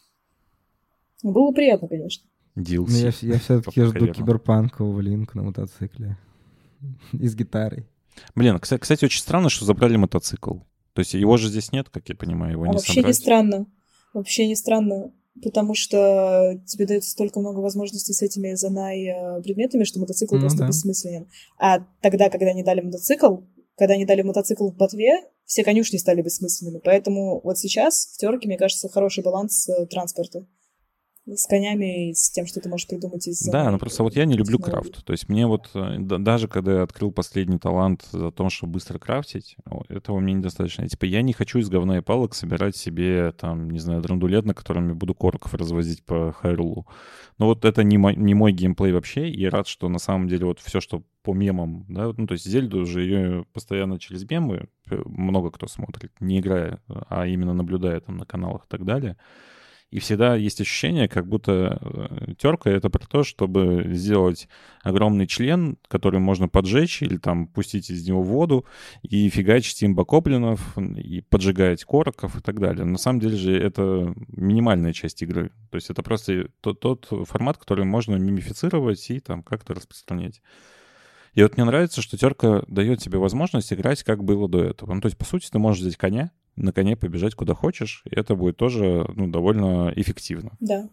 Ну, было приятно, конечно. ди эл Ну, я, си. я все-таки по жду кавернам. киберпанкового линка на мотоцикле. И с гитарой. Блин, кстати, кстати, очень странно, что забрали мотоцикл. То есть его же здесь нет, как я понимаю, его А не вообще собрать. не странно. Вообще не странно, потому что тебе дается столько много возможностей с этими занай э, предметами, что мотоцикл Ну просто да. бессмысленен. А тогда, когда они дали мотоцикл, когда они дали мотоцикл в Ботве, все конюшни стали бессмысленными. Поэтому вот сейчас в Терке, мне кажется, хороший баланс э, транспорта. С конями и с тем, что ты можешь придумать из... Да, но просто вот я не люблю технологий. крафт. То есть мне вот, э, да- даже когда я открыл последний талант за то, чтобы быстро крафтить, о, этого мне недостаточно. Типа я не хочу из говна и палок собирать себе, там, не знаю, драндулет, на котором я буду корков развозить по Хайрулу. Но вот это не мой, не мой геймплей вообще, и я рад, что на самом деле вот все, что по мемам, да, вот, ну, то есть Зельду уже ее постоянно через мемы э, много кто смотрит, не играя, а именно наблюдая там на каналах и так далее. И всегда есть ощущение, как будто э, терка — это про то, чтобы сделать огромный член, который можно поджечь или там пустить из него воду и фигачить имбокоблинов, и поджигать короков и так далее. На самом деле же это минимальная часть игры. То есть это просто тот, тот формат, который можно мимифицировать и там как-то распространять. И вот мне нравится, что терка дает тебе возможность играть, как было до этого. Ну, то есть, по сути, ты можешь взять коня, на коне побежать куда хочешь, и это будет тоже, ну, довольно эффективно. Да.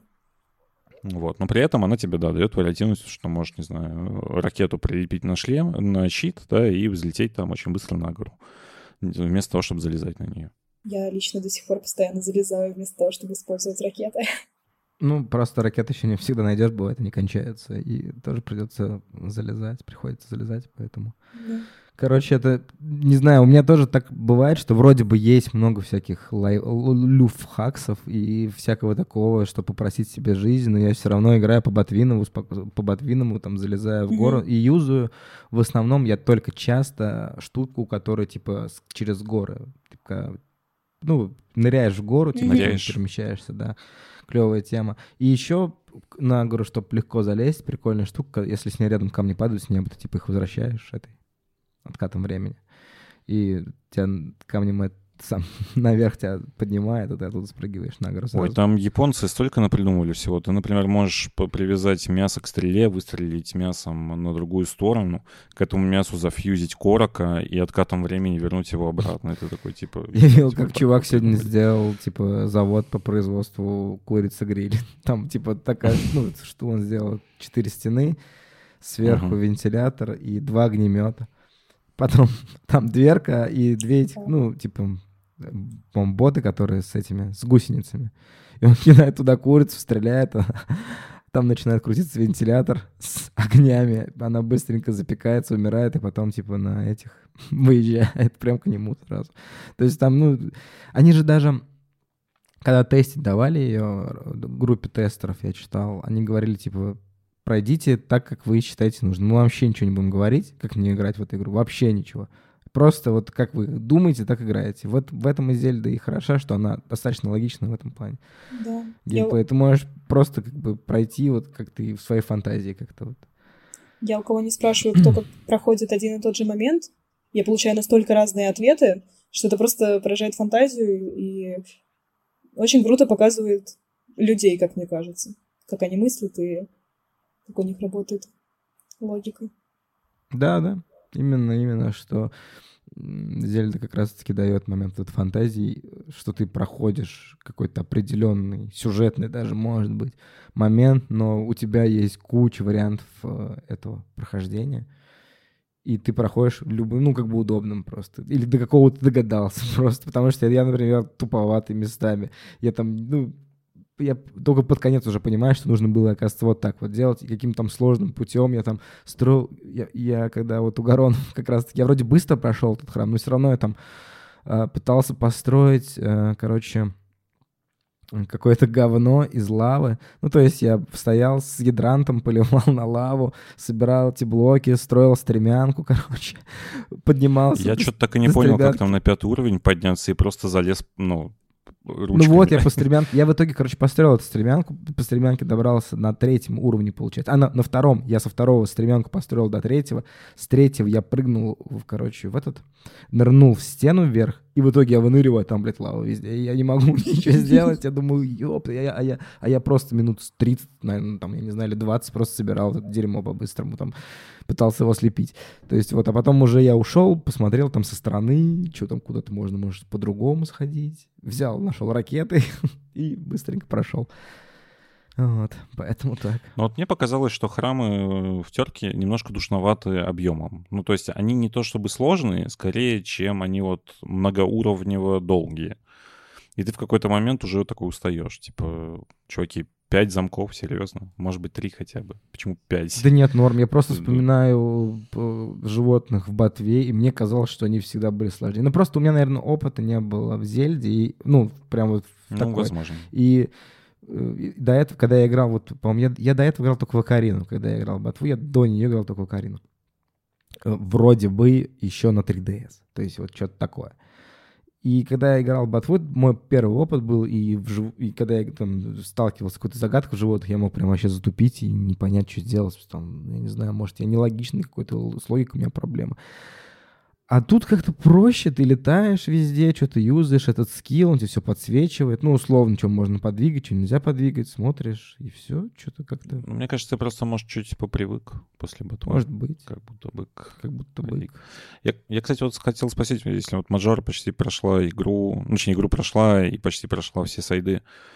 Вот. Но при этом она тебе, да, дает вариативность, что можешь, не знаю, ракету прилепить на шлем, на щит, да, и взлететь там очень быстро на гору, вместо того, чтобы залезать на нее. Я лично до сих пор постоянно залезаю вместо того, чтобы использовать ракеты. Ну, просто ракеты еще не всегда найдешь, бывает, они кончаются. И тоже придется залезать, приходится залезать, поэтому... Да. Короче, это, не знаю, у меня тоже так бывает, что вроде бы есть много всяких лай... люфхаксов и всякого такого, что попросить себе жизнь, но я все равно играю по Ботвинову, по Ботвиному, там, залезаю в гору mm-hmm. и юзаю. В основном я только часто штуку, которая, типа, через горы. Типа, ну, ныряешь в гору, типа, mm-hmm. перемещаешься, да. Клевая тема. И еще на гору, чтобы легко залезть, прикольная штука, если с ней рядом камни падают с неба, ты, типа, их возвращаешь этой откатом времени. И тебя камнем сам наверх тебя поднимает, а ты оттуда спрыгиваешь на гору сразу. Ой, там японцы столько напридумывали всего. Ты, например, можешь привязать мясо к стреле, выстрелить мясом на другую сторону, к этому мясу зафьюзить корока и откатом времени вернуть его обратно. Это такой, типа... Я видел, типа, как чувак сегодня сделал, типа, завод по производству курицы-гриль. Там, типа, такая, ну, что он сделал? Четыре стены, сверху uh-huh. вентилятор и два огнемета. Потом там дверка и две этих, ну, типа, боты, которые с этими, с гусеницами. И он кидает туда курицу, стреляет, а там начинает крутиться вентилятор с огнями. Она быстренько запекается, умирает, и потом, типа, на этих выезжает прям к нему сразу. То есть там, ну, они же даже, когда тестить давали ее группе тестеров, я читал, они говорили, типа, пройдите так, как вы считаете нужным. Мы вообще ничего не будем говорить, как мне играть в эту игру. Вообще ничего. Просто вот как вы думаете, так играете. Вот в этом и Зельда и хороша, что она достаточно логична в этом плане. Да. Геймплей. Я... Ты можешь просто как бы пройти вот как ты в своей фантазии как-то вот. Я у кого не спрашиваю, кто как проходит один и тот же момент, я получаю настолько разные ответы, что это просто поражает фантазию и очень круто показывает людей, как мне кажется. Как они мыслят и как у них работает логика. Да, да. Именно, именно, что Зельда как раз-таки дает момент вот фантазии, что ты проходишь какой-то определенный, сюжетный даже, может быть, момент, но у тебя есть куча вариантов этого прохождения, и ты проходишь любым, ну, как бы удобным просто. Или до какого-то догадался просто, потому что я, например, туповатый местами. Я там, ну, я только под конец уже понимаю, что нужно было, оказывается, вот так вот делать. И каким-то там сложным путем я там строил... Я, я когда вот у Гарон как раз-таки... Я вроде быстро прошел этот храм, но все равно я там э, пытался построить, э, короче, какое-то говно из лавы. Ну, то есть я стоял с гидрантом, поливал на лаву, собирал эти блоки, строил стремянку, короче, поднимался. Я что-то так и не понял, как там на пятый уровень подняться, и просто залез, ну... ручками. Ну вот, я по стремянке... Я в итоге, короче, построил эту стремянку, по стремянке добрался на третьем уровне, получается. А на, на втором. Я со второго стремянку построил до третьего. С третьего я прыгнул, в, короче, в этот... Нырнул в стену вверх, и в итоге я выныриваю, там, блядь, лава везде. И я не могу ничего сделать. Я думаю, ёп, а я, а, я, а я просто минут тридцать, наверное, там, я не знаю, или двадцать просто собирал это дерьмо по-быстрому, там, пытался его слепить. То есть вот, а потом уже я ушел, посмотрел там со стороны, что там куда-то можно, может, по-другому сходить. Взял, нашел ракеты и быстренько прошел. Вот, поэтому так. Но вот мне показалось, что храмы в терке немножко душноваты объемом. Ну, то есть они не то чтобы сложные, скорее, чем они вот многоуровнево долгие. И ты в какой-то момент уже такой устаешь. Типа, чуваки, пять замков, серьезно? Может быть, три хотя бы. Почему пять? Да нет, норм. Я просто Да. вспоминаю э, животных в ботве, и мне казалось, что они всегда были сложнее. Ну, просто у меня, наверное, опыта не было в Зельде, и, ну, прям вот в Ну, такой. возможно. И э, и до этого, когда я играл, вот, по-моему, я, я до этого играл только в Окарину. Когда я играл в ботву, я до нее играл только в Окарину. Э, Вроде бы еще на три ди эс. То есть вот что-то такое. И когда я играл в ботву, мой первый опыт был, и, в жив... и когда я там сталкивался с какой-то загадкой в животных, я мог прям вообще затупить и не понять, что сделать. Там, я не знаю, может, я нелогичный какой-то, с логикой у меня проблема. А тут как-то проще, ты летаешь везде, что-то юзаешь, этот скилл, он тебе все подсвечивает. Ну, условно, что можно подвигать, что нельзя подвигать, смотришь, и все, что-то как-то... Ну, мне кажется, ты просто, может, чуть попривык после ботвы. Может быть. Как будто бы. к- Как будто бы. Я, я, кстати, вот хотел спросить, если вот Мажор почти прошла игру, ну, точнее, игру прошла и почти прошла все сайды,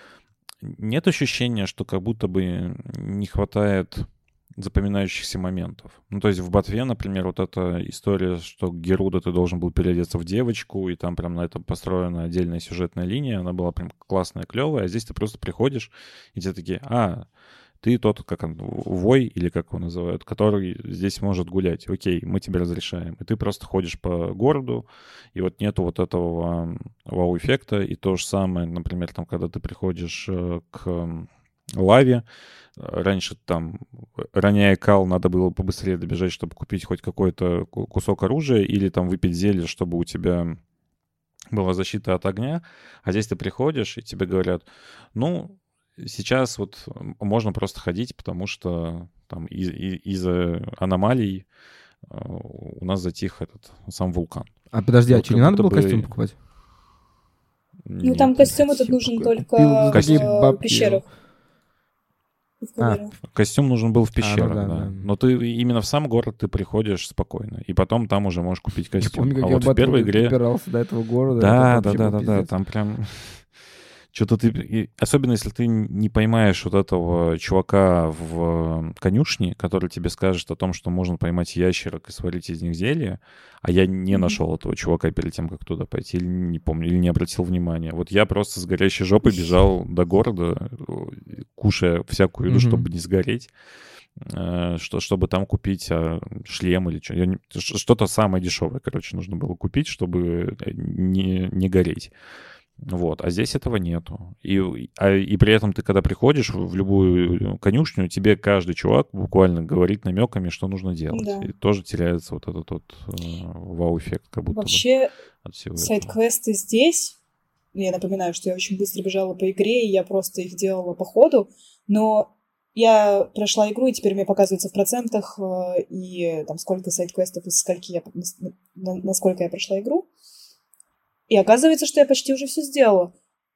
нет ощущения, что как будто бы не хватает запоминающихся моментов? Ну, то есть в ботве, например, вот эта история, что Геруда ты должен был переодеться в девочку, и там прям на этом построена отдельная сюжетная линия, она была прям классная, клевая, а здесь ты просто приходишь, и тебе такие, а, ты тот, как он, вой, или как его называют, который здесь может гулять. Окей, мы тебе разрешаем. И ты просто ходишь по городу, и вот нету вот этого вау-эффекта. И то же самое, например, там, когда ты приходишь э, к лаве, раньше там, роняя кал, надо было побыстрее добежать, чтобы купить хоть какой-то ку- кусок оружия, или там выпить зелье, чтобы у тебя была защита от огня. А здесь ты приходишь, и тебе говорят, ну, сейчас вот можно просто ходить, потому что там из- из- из-за аномалий э, у нас затих этот сам вулкан. А подожди, а Вот что, как не надо будто было бы- костюм покупать? Ну, там Нет, костюм этот Костюм нужен какой? только Купил в такие э, бабки. пещерах. И в А, камерах. костюм нужен был в пещерах, да, да. да. Но ты именно в сам город ты приходишь спокойно, и потом там уже можешь купить Я костюм. помню, как а я вот в в первой Батл игре... добирался до этого города. Да, это да, вообще да, был да, да, пиздец. там прям... Что-то ты... и особенно если ты не поймаешь вот этого чувака в конюшне, который тебе скажет о том, что можно поймать ящерок и сварить из них зелье, а я не Мгм. нашел этого чувака перед тем, как туда пойти, или не помню, или не обратил внимания. Вот я просто с горящей жопой бежал до города, э, кушая всякую еду, Мгм. чтобы не сгореть, э, что, чтобы там купить а, шлем или что. Я не- ш- Что-то самое дешевое, короче, нужно было купить, чтобы э, не, не гореть. Вот, а здесь этого нету. И, а- и при этом ты, когда приходишь в в любую конюшню, тебе каждый чувак буквально говорит намеками, что нужно делать. Да. И тоже теряется вот этот вот э, вау-эффект, как будто бы Вообще, от всего этого. сайд-квесты здесь, я напоминаю, что я очень быстро бежала по игре, и я просто их делала по ходу, но я прошла игру, и теперь мне показывается в процентах, э, и там сколько сайд-квестов, из скольки я, на- насколько я прошла игру. И оказывается, что я почти уже все сделала.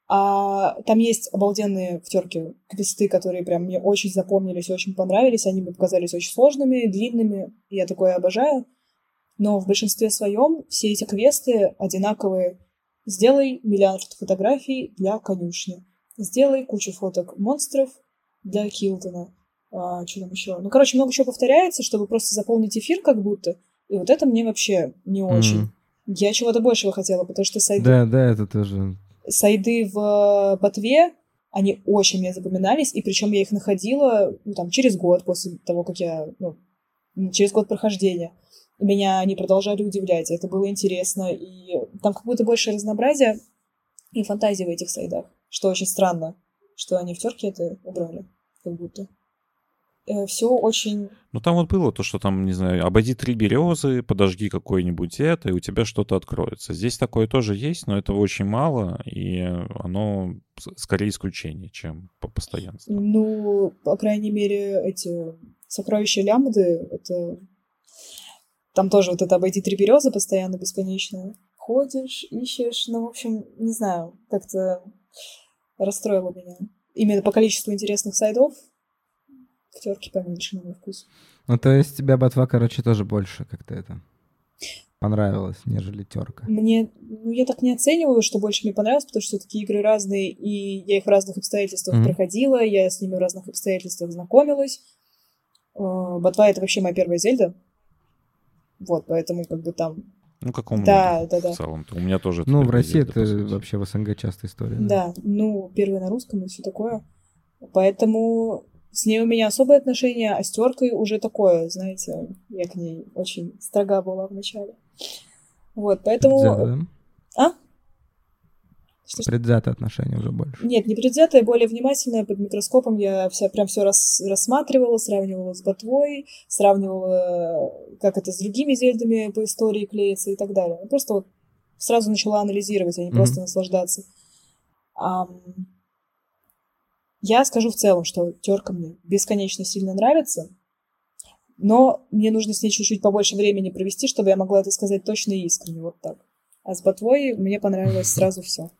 А там есть обалденные в терке квесты, которые прям мне очень запомнились, очень понравились. Они мне показались очень сложными, длинными. И я такое обожаю. Но в большинстве своем все эти квесты одинаковые. Сделай миллиард фотографий для конюшни. Сделай кучу фоток монстров для Килтона. А, что там еще? Ну, короче, много чего повторяется, чтобы просто заполнить эфир как будто. И вот это мне вообще не очень. Мгм. Я чего-то большего хотела, потому что сайды, Да, да, это тоже. сайды в ботве, они очень мне запоминались, и причем я их находила ну, там, через год после того, как я... Ну, через год прохождения. Меня они продолжали удивлять, и это было интересно. И там как будто больше разнообразия и фантазии в этих сайдах, что очень странно, что они в терке это убрали, как будто. Все очень... Ну, там вот было то, что там, не знаю, обойди три березы, подожги какое-нибудь это, и у тебя что-то откроется. Здесь такое тоже есть, но этого очень мало, и оно с- скорее исключение, чем по постоянству. Ну, по крайней мере, эти сокровища лямбды, это... Там тоже вот это обойди три березы постоянно, бесконечно. Ходишь, ищешь, ну, в общем, не знаю, как-то расстроило меня. Именно по количеству интересных сайдов в терке поменьше, на мой вкус. Ну, то есть тебя ботва, короче, тоже больше как-то это. понравилось, нежели терка? Мне, ну, я так не оцениваю, что больше мне понравилось, потому что все-таки игры разные, и я их в разных обстоятельствах Мгм. проходила, я с ними в разных обстоятельствах знакомилась. Э, Ботва — это вообще моя первая Зельда. Вот, поэтому как бы там... Ну, как у Да, многих да, да. в целом. У меня тоже это Ну, в первая России Зельда, это по сути. вообще в СНГ частая история. Да. Да, ну, первая на русском и все такое. Поэтому с ней у меня особое отношение, а с теркой уже такое, знаете, я к ней очень строга была вначале. Вот, Предвзято, поэтому... да? А? Что, что? Предвзятое отношение уже больше. Нет, не предвзятая, более внимательная, под микроскопом я вся, прям все рас, рассматривала, сравнивала с ботвой, сравнивала, как это с другими зельдами по истории клеится и так далее. Ну, просто вот сразу начала анализировать, а не Мгм. просто наслаждаться. Ам, Я скажу в целом, что терка мне бесконечно сильно нравится, но мне нужно с ней чуть-чуть побольше времени провести, чтобы я могла это сказать точно и искренне, вот так. А с ботвой мне понравилось сразу все.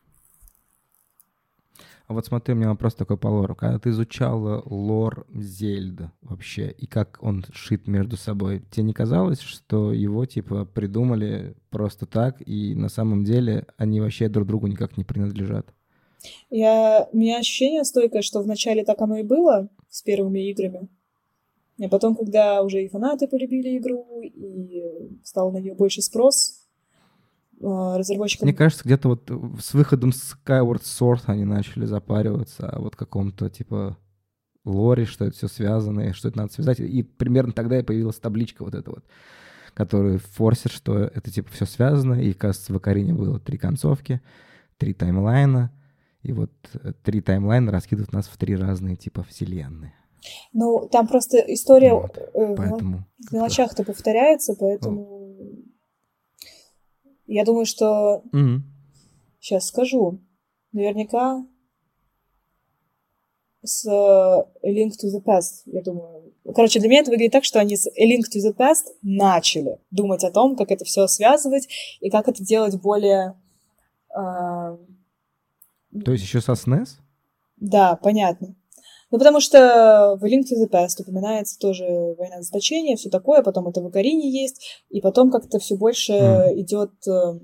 А вот смотри, у меня вопрос такой по лору. Когда ты изучала лор Зельды вообще, и как он шит между собой, тебе не казалось, что его, типа, придумали просто так, и на самом деле они вообще друг другу никак не принадлежат? Я... У меня ощущение стойкое, что вначале так оно и было с первыми играми. А потом, когда уже и фанаты полюбили игру, и стал на нее больше спрос, а, разработчикам... Мне кажется, где-то вот с выходом Skyward Sword они начали запариваться о вот каком-то, типа, лоре, что это все связано, и что это надо связать. И примерно тогда и появилась табличка вот эта вот, которая форсит, что это, типа, все связано. И, кажется, в Окарине было три концовки, три таймлайна. И вот э, три таймлайна раскидывают нас в три разные, типа, вселенные. Ну, там просто история Вот, э, в Поэтому... в как-то- мелочах-то повторяется, поэтому я думаю, что... Мгм. Сейчас скажу. Наверняка с э, A Link to the Past, я думаю. Короче, для меня это выглядит так, что они с A Link to the Past начали думать о том, как это все связывать и как это делать более... э, То есть еще со эс эн и эс? Да, понятно. Ну, потому что в A Link to the Past упоминается тоже война заточения, все такое, потом это в Окарине есть, и потом как-то все больше Мгм. идет э,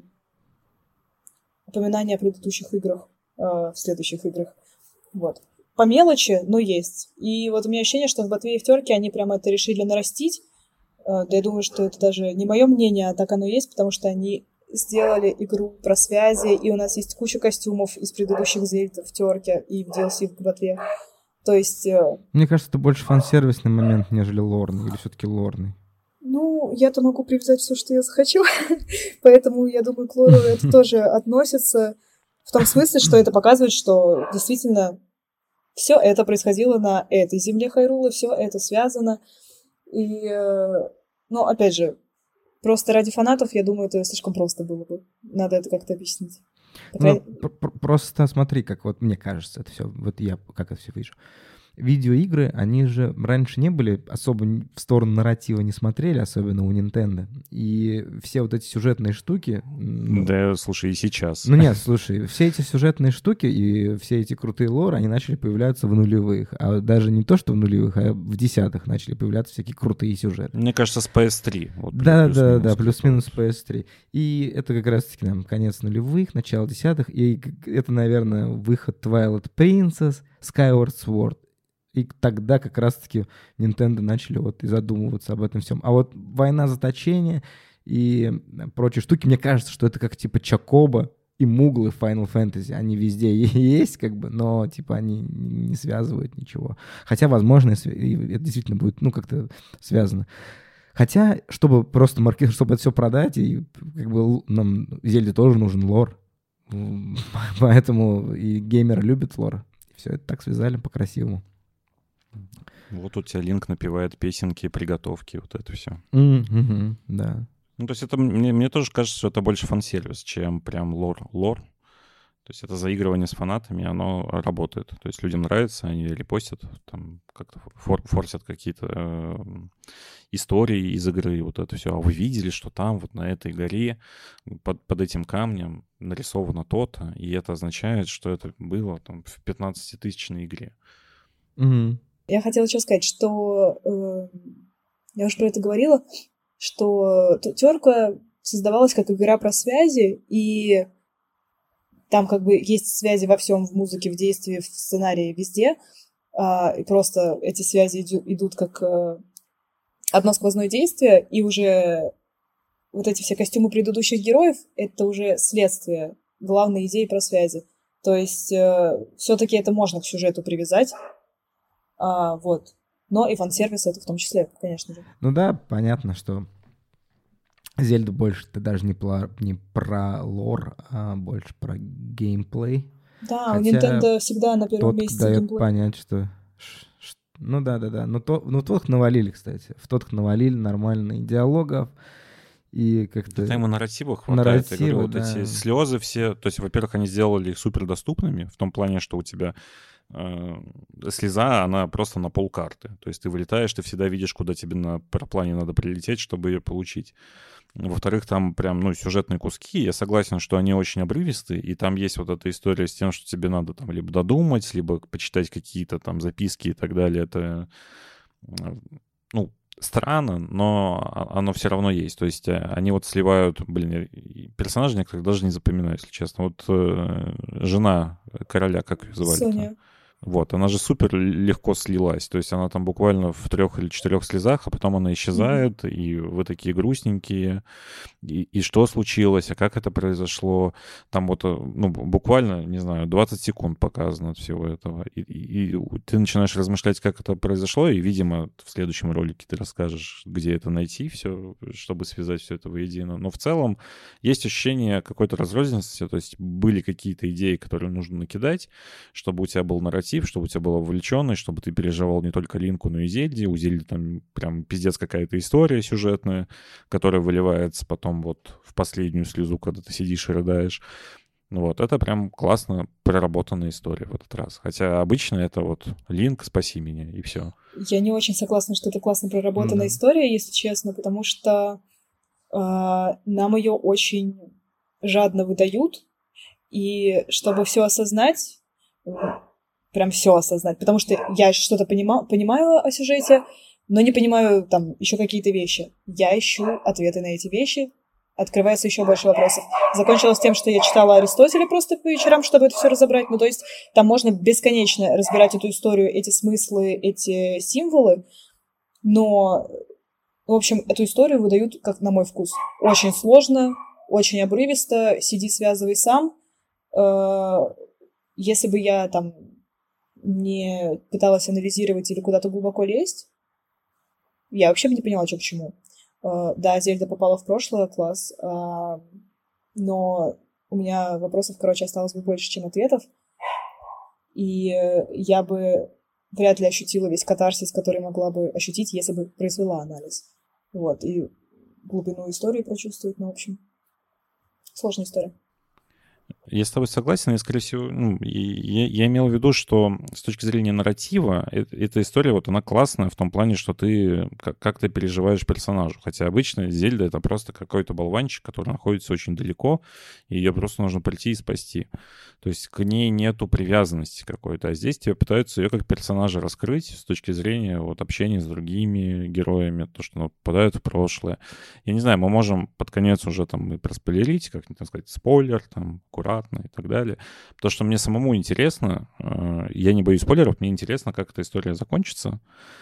упоминание о предыдущих играх э, в следующих играх. Вот. По мелочи, но есть. И вот у меня ощущение, что в Ботве и в Терке они прямо это решили нарастить. Э, да я думаю, что это даже не мое мнение, а так оно есть, потому что они сделали игру про связи, и у нас есть куча костюмов из предыдущих Зельд в Терке и в ди эл си в Ботве. То есть, э, Мне кажется, это больше фан-сервисный момент, нежели лорный, или все-таки лорный. ну, я-то могу привязать все, что я захочу, поэтому, я думаю, к лору это тоже относится в том смысле, что это показывает, что действительно все это происходило на этой земле Хайрула, все это связано. И, э, ну, опять же, просто ради фанатов, я думаю, это слишком просто было бы. Надо это как-то объяснить. По Ну, крайней- пр- пр- просто смотри, как вот мне кажется это все, вот я как это все вижу. Видеоигры, они же раньше не были, особо н- в сторону нарратива не смотрели, особенно у Nintendo. И все вот эти сюжетные штуки... м, Да, слушай, и сейчас. Ну нет, слушай, все эти сюжетные штуки и все эти крутые лоры, они начали появляться в нулевых. А даже не то, что в нулевых, а в десятых начали появляться всякие крутые сюжеты. Мне кажется, с пи эс три. Вот, Да, да, плюс-минус да, плюс-минус какой-то. пи эс три. И это как раз-таки нам конец нулевых, начало десятых, и к- это, наверное, выход Twilight Princess, Skyward Sword. И тогда как раз-таки Nintendo начали вот и задумываться об этом всем. А вот война заточения и прочие штуки, мне кажется, что это как типа Чакоба и Муглы в Final Fantasy. Они везде есть, как бы, но типа они не связывают ничего. Хотя, возможно, и св- и это действительно будет, ну, как-то связано. Хотя, чтобы просто маркетинг, чтобы это все продать, и как бы л- нам Зельде тоже нужен лор. М, Поэтому и геймеры любят лор. Все это так связали по-красивому. Вот у тебя Линк напевает песенки, приготовки, вот это все. М, мгм, Да. Ну, то есть это мне, мне тоже кажется, что это больше фан-сервис, чем прям лор-лор. То есть это заигрывание с фанатами, оно работает. То есть людям нравится, они репостят, там как-то фор- форсят какие-то э, истории из игры, вот это все. А вы видели, что там вот на этой горе под, под этим камнем нарисовано то-то, и это означает, что это было там в пятнадцатитысячной игре. Мгм. Я хотела еще сказать, что э, я уже про это говорила, что терка создавалась как игра про связи, и там как бы есть связи во всем, в музыке, в действии, в сценарии, везде, а, и просто эти связи иду, идут как а, одно сквозное действие, и уже вот эти все костюмы предыдущих героев — это уже следствие главной идеи про связи. То есть э, все-таки это можно к сюжету привязать, а, вот. Но и фан-сервис это в том числе, конечно же. Ну да, понятно, что Зельда больше ты даже не про, не про лор, а больше про геймплей. Да, Хотя у Nintendo всегда на первом тот месте дает геймплей. понять, что... ш- ш- Ну да-да-да. Ну, то, ну тот навалили, кстати. В тот навалили нормальные диалогов. И как-то... Да, там и нарратива хватает. Я говорю, Нарратива, вот да. эти слезы все... То есть, во-первых, они сделали их супердоступными, в том плане, что у тебя э, слеза, она просто на полкарты. То есть ты вылетаешь, ты всегда видишь, куда тебе на параплане надо прилететь, чтобы ее получить. Во-вторых, там прям, ну, сюжетные куски. Я согласен, что они очень обрывистые, и там есть вот эта история с тем, что тебе надо там либо додумать, либо почитать какие-то там записки и так далее. Это, ну, странно, но оно все равно есть. То есть они вот сливают, блин, персонажей некоторых даже не запоминаю, если честно. Вот э, жена короля, как ее звали? Соня. Вот, она же супер легко слилась. То есть она там буквально в трех или четырех слезах, а потом она исчезает, mm-hmm. и вы такие грустненькие. И, и что случилось, а как это произошло? Там вот, ну, буквально, не знаю, двадцать секунд показано от всего этого. И, и, и ты начинаешь размышлять, как это произошло, и, видимо, в следующем ролике ты расскажешь, где это найти, все, чтобы связать все это воедино. Но в целом есть ощущение какой-то разрозненности, то есть были какие-то идеи, которые нужно накидать, чтобы у тебя был нарратив, чтобы у тебя была вовлеченность, чтобы ты переживал не только Линку, но и Зельде. У Зельды там прям пиздец какая-то история сюжетная, которая выливается потом вот в последнюю слезу, когда ты сидишь и рыдаешь. Ну вот, это прям классно проработанная история в этот раз. Хотя обычно это вот Линк, спаси меня, и все. Я не очень согласна, что это классно проработанная Mm-hmm. история, если честно, потому что э, нам ее очень жадно выдают, и чтобы все осознать, прям все осознать, потому что я что-то понима- понимаю о сюжете, но не понимаю там еще какие-то вещи. Я ищу ответы на эти вещи, открывается еще больше вопросов. Закончилось тем, что я читала Аристотеля просто по вечерам, чтобы это все разобрать. Ну, то есть там можно бесконечно разбирать эту историю, эти смыслы, эти символы, но, в общем, эту историю выдают, как на мой вкус, очень сложно, очень обрывисто, сиди, связывай сам. Если бы я там не пыталась анализировать или куда-то глубоко лезть, я вообще бы не поняла, что к чему. Uh, да, Зельда попала в прошлое, класс, uh, но у меня вопросов, короче, осталось бы больше, чем ответов, и uh, я бы вряд ли ощутила весь катарсис, который могла бы ощутить, если бы произвела анализ. Вот, и глубину истории прочувствовать, ну, в общем, сложная история. Я с тобой согласен, и, скорее всего, ну, я, я имел в виду, что с точки зрения нарратива, это, эта история, вот она классная в том плане, что ты, как, как ты переживаешь персонажу. Хотя обычно Зельда — это просто какой-то болванчик, который находится очень далеко, и ее просто нужно прийти и спасти. То есть к ней нету привязанности какой-то, а здесь тебе пытаются ее как персонажа раскрыть с точки зрения вот общения с другими героями, то, что она попадает в прошлое. Я не знаю, мы можем под конец уже там и проспойлерить, как так сказать, спойлер, там, аккуратно и так далее. Потому что мне самому интересно, я не боюсь спойлеров, мне интересно, как эта история закончится.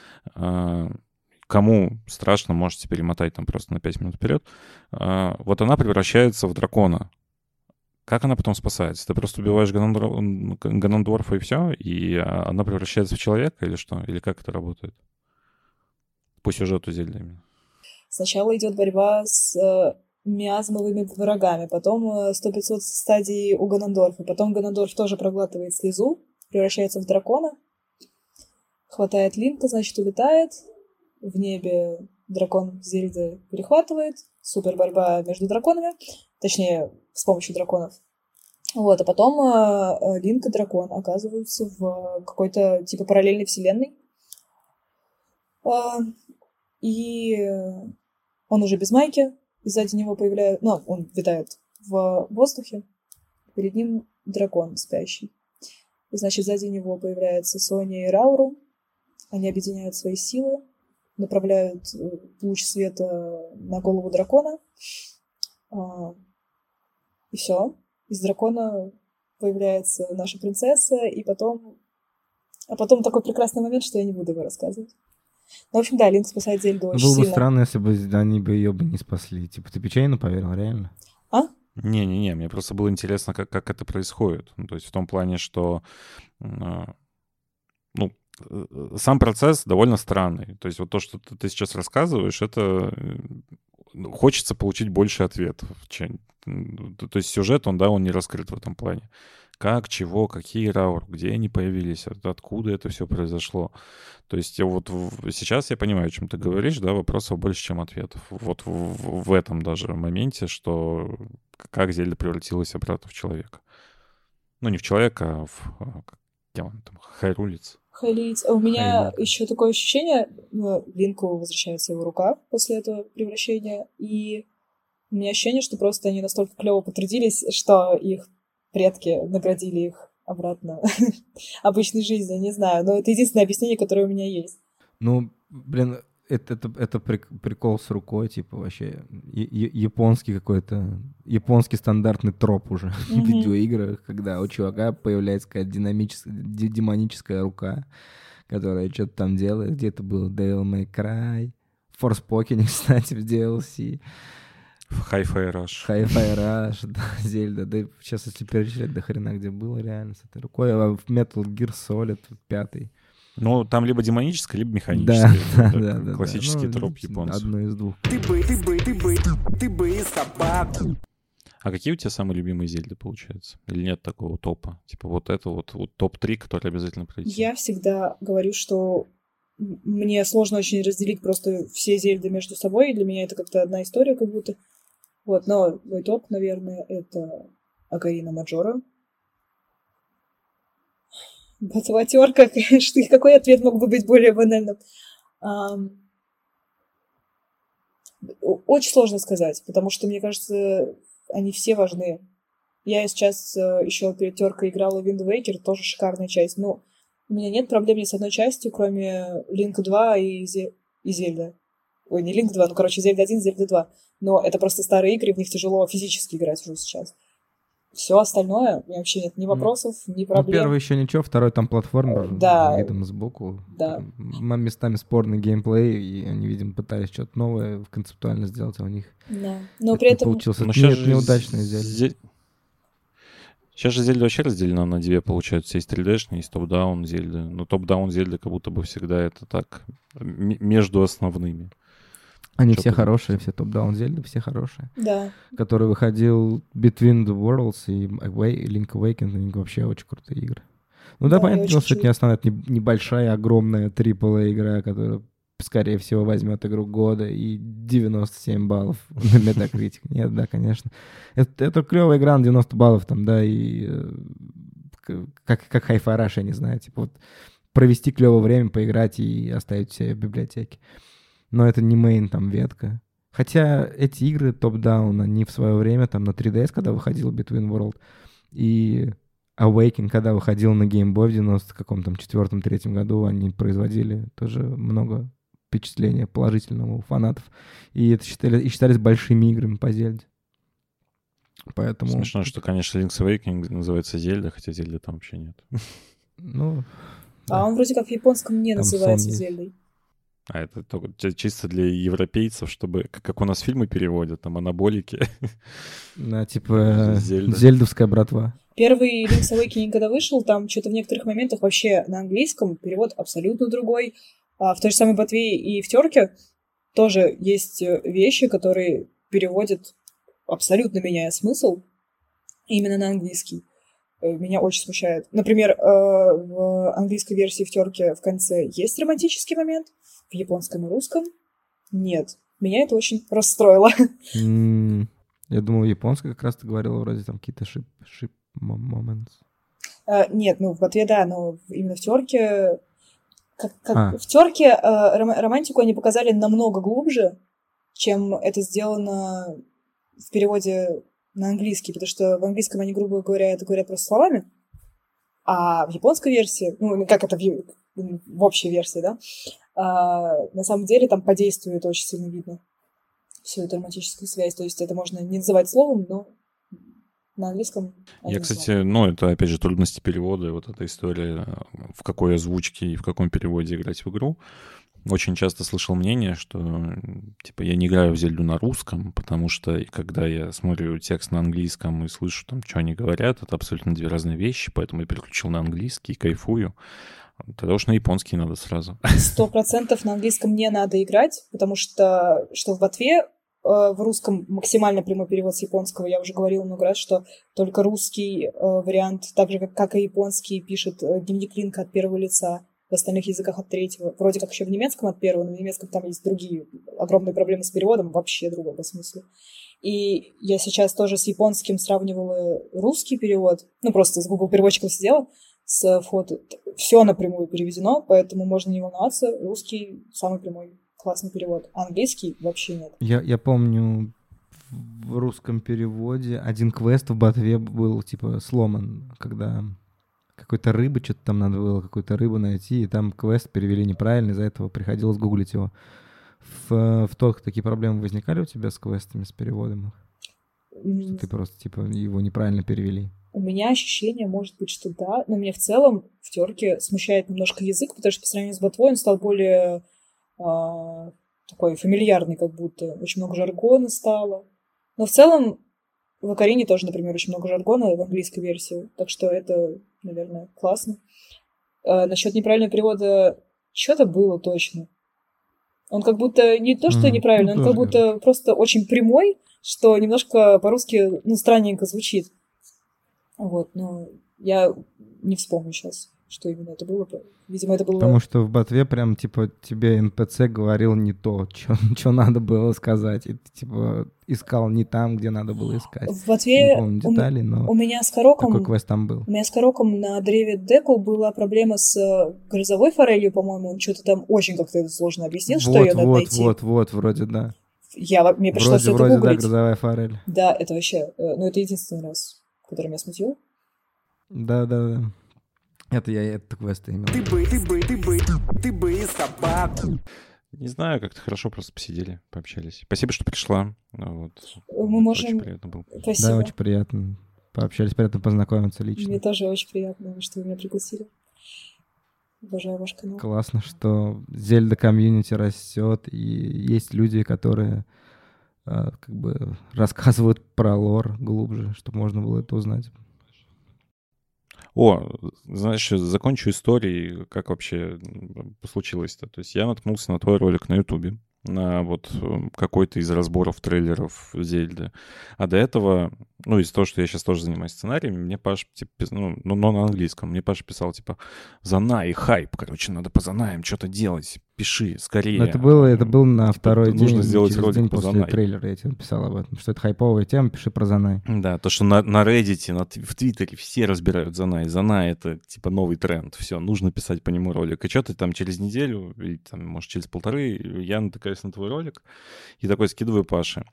Кому страшно, можете перемотать там просто на пять минут вперед. Вот она превращается в дракона. Как она потом спасается? Ты просто убиваешь Ганандорфа и все, и она превращается в человека или что? Или как это работает? По сюжету Зельды именно. Сначала идет борьба с миазмовыми врагами, потом сто пятьсот стадий у Ганандорфа, потом Ганандорф тоже проглатывает слезу, превращается в дракона, хватает Линка, значит, улетает, в небе дракон Зельды перехватывает, супер борьба между драконами, точнее, с помощью драконов. Вот, а потом э, Линк и дракон оказываются в какой-то типа параллельной вселенной, э, и он уже без майки, и сзади него появляется... Ну, он витает в воздухе. Перед ним дракон спящий. И, значит, сзади него появляется Соня и Рауру. Они объединяют свои силы, направляют луч света на голову дракона. и все. Из дракона появляется наша принцесса, и потом... А потом такой прекрасный момент, что я не буду его рассказывать. Ну, в общем, да, Линк спасает Зельду очень Было бы сильно. странно, если бы они бы ее бы не спасли. Типа, ты печально поверил, реально? А? Не-не-не, мне просто было интересно, как, как это происходит. Ну, то есть в том плане, что э, ну, э, сам процесс довольно странный. То есть вот то, что ты, ты сейчас рассказываешь, это э, хочется получить больше ответов. Чем, то, то есть сюжет, он, да, он не раскрыт в этом плане. Как, чего, какие Рауру, где они появились, от- откуда это все произошло. То есть я вот в- сейчас я понимаю, о чем ты говоришь, да, вопросов больше, чем ответов. Вот в, в- в этом даже моменте, что как Зельда превратилась обратно в человека. Ну, не в человека, а в... а, как- кем он там? Хайрулиц. Хайлиц. А у меня Хайлинг. еще такое ощущение, ну, Линку возвращается его рука после этого превращения, и у меня ощущение, что просто они настолько клево потрудились, что их предки наградили их обратно обычной жизнью, не знаю. Но это единственное объяснение, которое у меня есть. Ну, блин, это, это, это прик- прикол с рукой, типа, вообще я- я- японский какой-то, японский стандартный троп уже в Мгм. видеоиграх, когда у чувака появляется какая-то динамическая, де- демоническая рука, которая что-то там делает. Где-то был Devil May Cry, в Forspoken, кстати, в ди эл си, В Hi-Fi Rush. Hi-Fi Rush, да, Зельда. Да и сейчас, если перечислять, до хрена где было реально с этой рукой. А в Metal Gear Solid пятый. Ну, там либо демоническое, либо Да, механическое. да, Это да, да. классический да. Ну, троп японцев. одно из двух. Ты бы, ты бы, ты бы, ты бы и собаку. А какие у тебя самые любимые Зельды, получается? Или нет такого топа? Типа вот это вот, вот топ-три, который обязательно пройти. Я всегда говорю, что м- мне сложно очень разделить просто все Зельды между собой, и для меня это как-то одна история как будто. Вот, но мой топ, наверное, это Окарина Маджора. Ботвотерка, конечно. Какой ответ мог бы быть более банальным? Ам, о- Очень сложно сказать, потому что, мне кажется, они все важны. Я сейчас еще перед теркой играла в Wind Waker, тоже шикарная часть. Но у меня нет проблем ни с одной частью, кроме Link два и, Зе- и Зельда. Ой, не Link два, ну, короче, Зельда один, Зельда два. Но это просто старые игры, в них тяжело физически играть уже сейчас. Все остальное, у меня вообще нет ни вопросов, ни Ну, проблем. первый еще ничего, второй там платформер, Да. видом сбоку. Да. Там м- местами спорный геймплей, и они, видимо, пытались что-то новое концептуально сделать, а у них Да. Но это при не этом получилось. Ну, Это щас не- же неудачно сделали. Зе- Сейчас же Зельда вообще разделена на две, получается. Есть три дэ-шные, есть топ-даун Зельды. Но топ-даун Зельды как будто бы всегда это так м- между основными. Они Чё все ты хорошие, все топ-даун Зельды, все хорошие. да. Который выходил Between the Worlds и Away- и Link Awakening, вообще очень крутые игры. Ну да, Да, я понятное дело, очень что это не основная, это не- небольшая, огромная трипл эй игра, которая, скорее всего, возьмет игру года и девяносто семь баллов на Metacritic. Нет, да, конечно. Это, это клевая игра на девяносто баллов, там, да, и э, к- как, как Hi-Fi Rush, я не знаю, типа вот провести клевое время, поиграть и оставить все в библиотеке. Но это не мейн, там, ветка. Хотя эти игры топ-даун, они в свое время, там, на три ди эс, когда выходил Between World, и Awakening, когда выходил на Game Boy в девяносто каком-то там четвертом, третьем году, они производили тоже много впечатления положительного у фанатов. И это считали, и считались большими играми по Зельде. Поэтому... Смешно, что, конечно, Link's Awakening называется Зельда, хотя Зельды там вообще нет. Ну, А да. он вроде как в японском не Там называется сон есть. Зельдой. А это только чи- чисто для европейцев, чтобы, как как у нас фильмы переводят, там, анаболики. Да, типа Зельда. зельдовская братва. Первый Link's Awakening, когда вышел, там что-то в некоторых моментах вообще на английском перевод абсолютно другой. А в той же самой ботве и в терке тоже есть э, вещи, которые переводят, абсолютно меняя смысл, именно на английский. Э, Меня очень смущает. Например, э, в английской версии в терке в конце есть романтический момент, в японском и русском нет. Меня это очень расстроило. М, Я думал, японская как раз ты говорила, вроде там какие-то шип, шип моментс. Э, Нет, ну в ботве да, но именно в терке... Как, как- А. В терке э, ром- романтику они показали намного глубже, чем это сделано в переводе на английский, потому что в английском они, грубо говоря, это говорят просто словами, а в японской версии, ну, как это в, ю- в общей версии, да, а, на самом деле там по действию это очень сильно видно, всю эту романтическую связь, то есть это можно не называть словом, но На английском Я, кстати, ну, это, опять же, трудности перевода, вот эта история, в какой озвучке и в каком переводе играть в игру. Очень часто слышал мнение, что, типа, я не играю в Зельду на русском, потому что, когда я смотрю текст на английском и слышу там, что они говорят, это абсолютно две разные вещи, поэтому я переключил на английский и кайфую. Тогда уж на японский надо сразу. Сто процентов на английском не надо играть, потому что, что в Ботве в русском максимально прямой перевод с японского. Я уже говорила много раз, что только русский вариант, так же, как, как и японский, пишет дневник Линка от первого лица, в остальных языках от третьего. Вроде как еще в немецком от первого, но в немецком там есть другие огромные проблемы с переводом, вообще другого смысла. И я сейчас тоже с японским сравнивала русский перевод, ну, просто с Google переводчиком сидела, с фото. Все напрямую переведено, поэтому можно не волноваться. Русский самый прямой классный перевод. А английский вообще нет. Я, я помню, в русском переводе один квест в Ботве был, типа, сломан, когда какой-то рыбы, что-то там надо было, какую-то рыбу найти, и там квест перевели неправильно, из-за этого приходилось гуглить его. В, в тот такие проблемы возникали у тебя с квестами, с переводом? Mm. Что ты просто, типа, его неправильно перевели? У меня ощущение, может быть, что да, но меня в целом в терке смущает немножко язык, потому что по сравнению с ботвой он стал более а, такой фамильярный, как будто. Очень много жаргона стало. Но в целом в Окарине тоже, например, очень много жаргона в английской версии, так что это, наверное, классно. А, насчет неправильного перевода что-то было точно. Он как будто не то, что mm, неправильно, ну, он как будто кажется. Просто очень прямой, что немножко по-русски, ну, странненько звучит. Вот, но я не вспомню сейчас, что именно это было. Видимо, это было... Потому что в Ботве прям, типа, тебе эн пи си говорил не то, что надо было сказать. И ты, типа, искал не там, где надо было искать. В Ботве не помню деталей, у, но у меня с Короком... такой квест там был. У меня с Короком на древе Деку была проблема с грозовой форелью, по-моему. Он что-то там очень как-то это сложно объяснил, вот, что ее надо вот, найти. Вот, вот, вот, вроде да. Я, мне пришлось вроде, это вроде, гуглить. Да, грозовая форель. Да, это вообще... Ну, это единственный раз, который меня смутил. Да, да, да. Это я это квесты имел. Ты бы, ты бы, ты бы, ты бы собаку. Не знаю, как-то хорошо просто посидели, пообщались. Спасибо, что пришла. Вот. Мы можем... Очень приятно было. Спасибо. Да, очень приятно. Пообщались, приятно познакомиться лично. Мне тоже очень приятно, что вы меня пригласили. Обожаю ваш канал. Классно, что Зельда комьюнити растет, и есть люди, которые а, как бы рассказывают про лор глубже, чтобы можно было это узнать. О, знаешь, закончу историей, как вообще случилось-то. То есть я наткнулся на твой ролик на Ютубе, на вот какой-то из разборов трейлеров Зельды. А до этого, ну, из-за того, что я сейчас тоже занимаюсь сценариями, мне Паша, типа, ну, ну, но на английском, мне Паша писал, типа, Занай, хайп, короче, надо по Занаям что-то делать, пиши, скорее. Но это было, это был на типа, второй день, нужно сделать через ролик день по после Занай. трейлера я тебе написал об этом, что это хайповая тема, пиши про Занай. Да, то, что на, на Reddit, на, в Твиттере все разбирают Занай. Занай — это, типа, новый тренд, все, нужно писать по нему ролик. И что-то там через неделю, или, там, может, через полторы, я натыкаюсь на твой ролик, и такой скидываю Паше.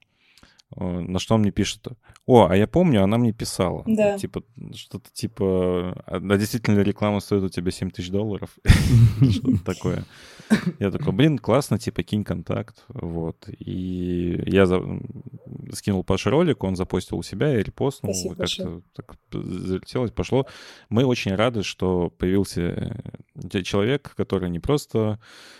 На что он мне пишет: о, а я помню, она мне писала. Да. Типа, что-то типа, а действительно реклама стоит у тебя семь тысяч долларов? Что-то такое. Я такой, блин, классно, типа, кинь контакт. Вот. И я скинул Паше ролик, он запостил у себя, я репостнул. Как-то так залетелось, пошло. Мы очень рады, что появился человек, который не просто,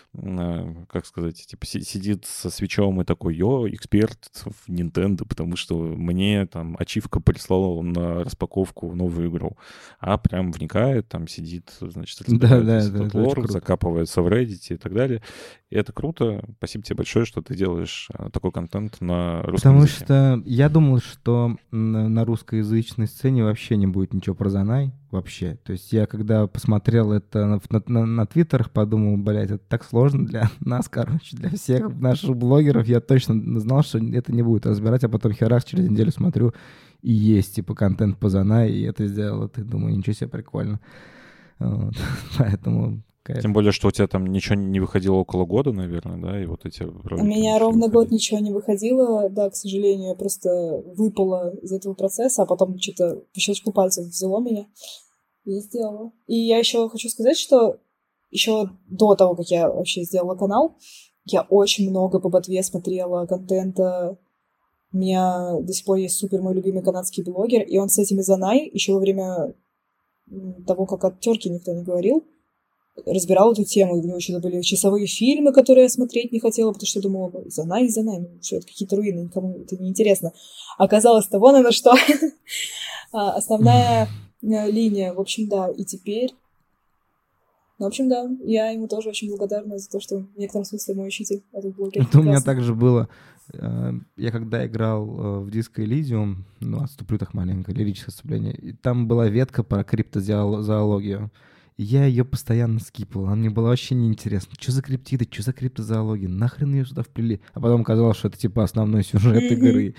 как сказать, типа, сидит со свечом и такой: йо, эксперт в Nintendo, потому что мне там ачивка прислала на распаковку в новую игру, а прям вникает, там сидит, значит, разбирает да, этот да, да, лор, закапывается в Reddit и так далее. И это круто. Спасибо тебе большое, что ты делаешь такой контент на русском Потому языке. что я думал, что на русскоязычной сцене вообще не будет ничего про Занай. Вообще. То есть я когда посмотрел это на, на, на, на твиттерах, подумал, блядь, это так сложно для нас, короче, для всех наших блогеров. Я точно знал, что это не будет разбирать, а потом херак через неделю смотрю, и есть, типа, контент по Занай, и это сделал. Ты думаю, ничего себе, прикольно. Вот. Поэтому... Кайф. Тем более, что у тебя там ничего не выходило около года, наверное, да, и вот эти ролики... У меня ровно год ничего не выходило, да, к сожалению, я просто выпала из этого процесса, а потом что-то по щелчку пальцев взяло меня и сделала. И я еще хочу сказать, что еще до того, как я вообще сделала канал, я очень много по ботве смотрела контента У меня до сих пор есть супер мой любимый канадский блогер, и он с этими Занай еще во время того, как от терки никто не говорил, разбирал эту тему. И у него еще были часовые фильмы, которые я смотреть не хотела, потому что я думала, Занай, Занай, ну что, это какие-то руины, никому это не интересно. Оказалось, того, наверное, что основная линия. В общем, да, и теперь... В общем, да, я ему тоже очень благодарна за то, что в некотором смысле мой учитель этот блогер. Это у меня также было. Я когда играл в Disco Elysium, ну, отступлю так маленько, лирическое отступление, и там была ветка про криптозоологию. И я ее постоянно скипал, она мне была вообще неинтересна. Что за криптиды, что за криптозоология? Нахрен ее сюда вплели? А потом оказалось, что это типа основной сюжет mm-hmm. игры.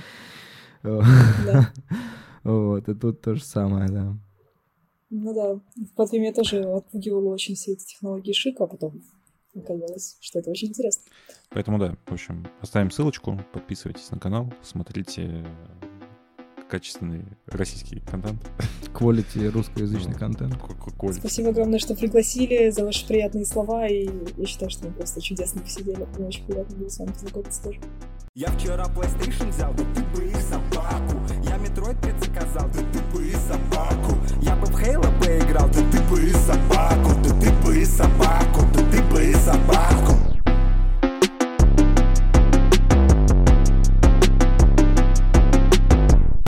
Вот, и тут то же самое, да. Ну да, в Патве меня тоже отпугивало очень все эти технологии шика, а потом оказалось, что это очень интересно. Поэтому да, в общем, оставим ссылочку, подписывайтесь на канал, смотрите качественный российский контент. Quality русскоязычный контент. Quality. Спасибо огромное, что пригласили, за ваши приятные слова, и я считаю, что мы просто чудесно посидели. Мне очень приятно было с вами познакомиться тоже. Я вчера PlayStation взял, да ты бы их собаку. Я Metroid предзаказал, да ты бы их собаку. Я бы в Halo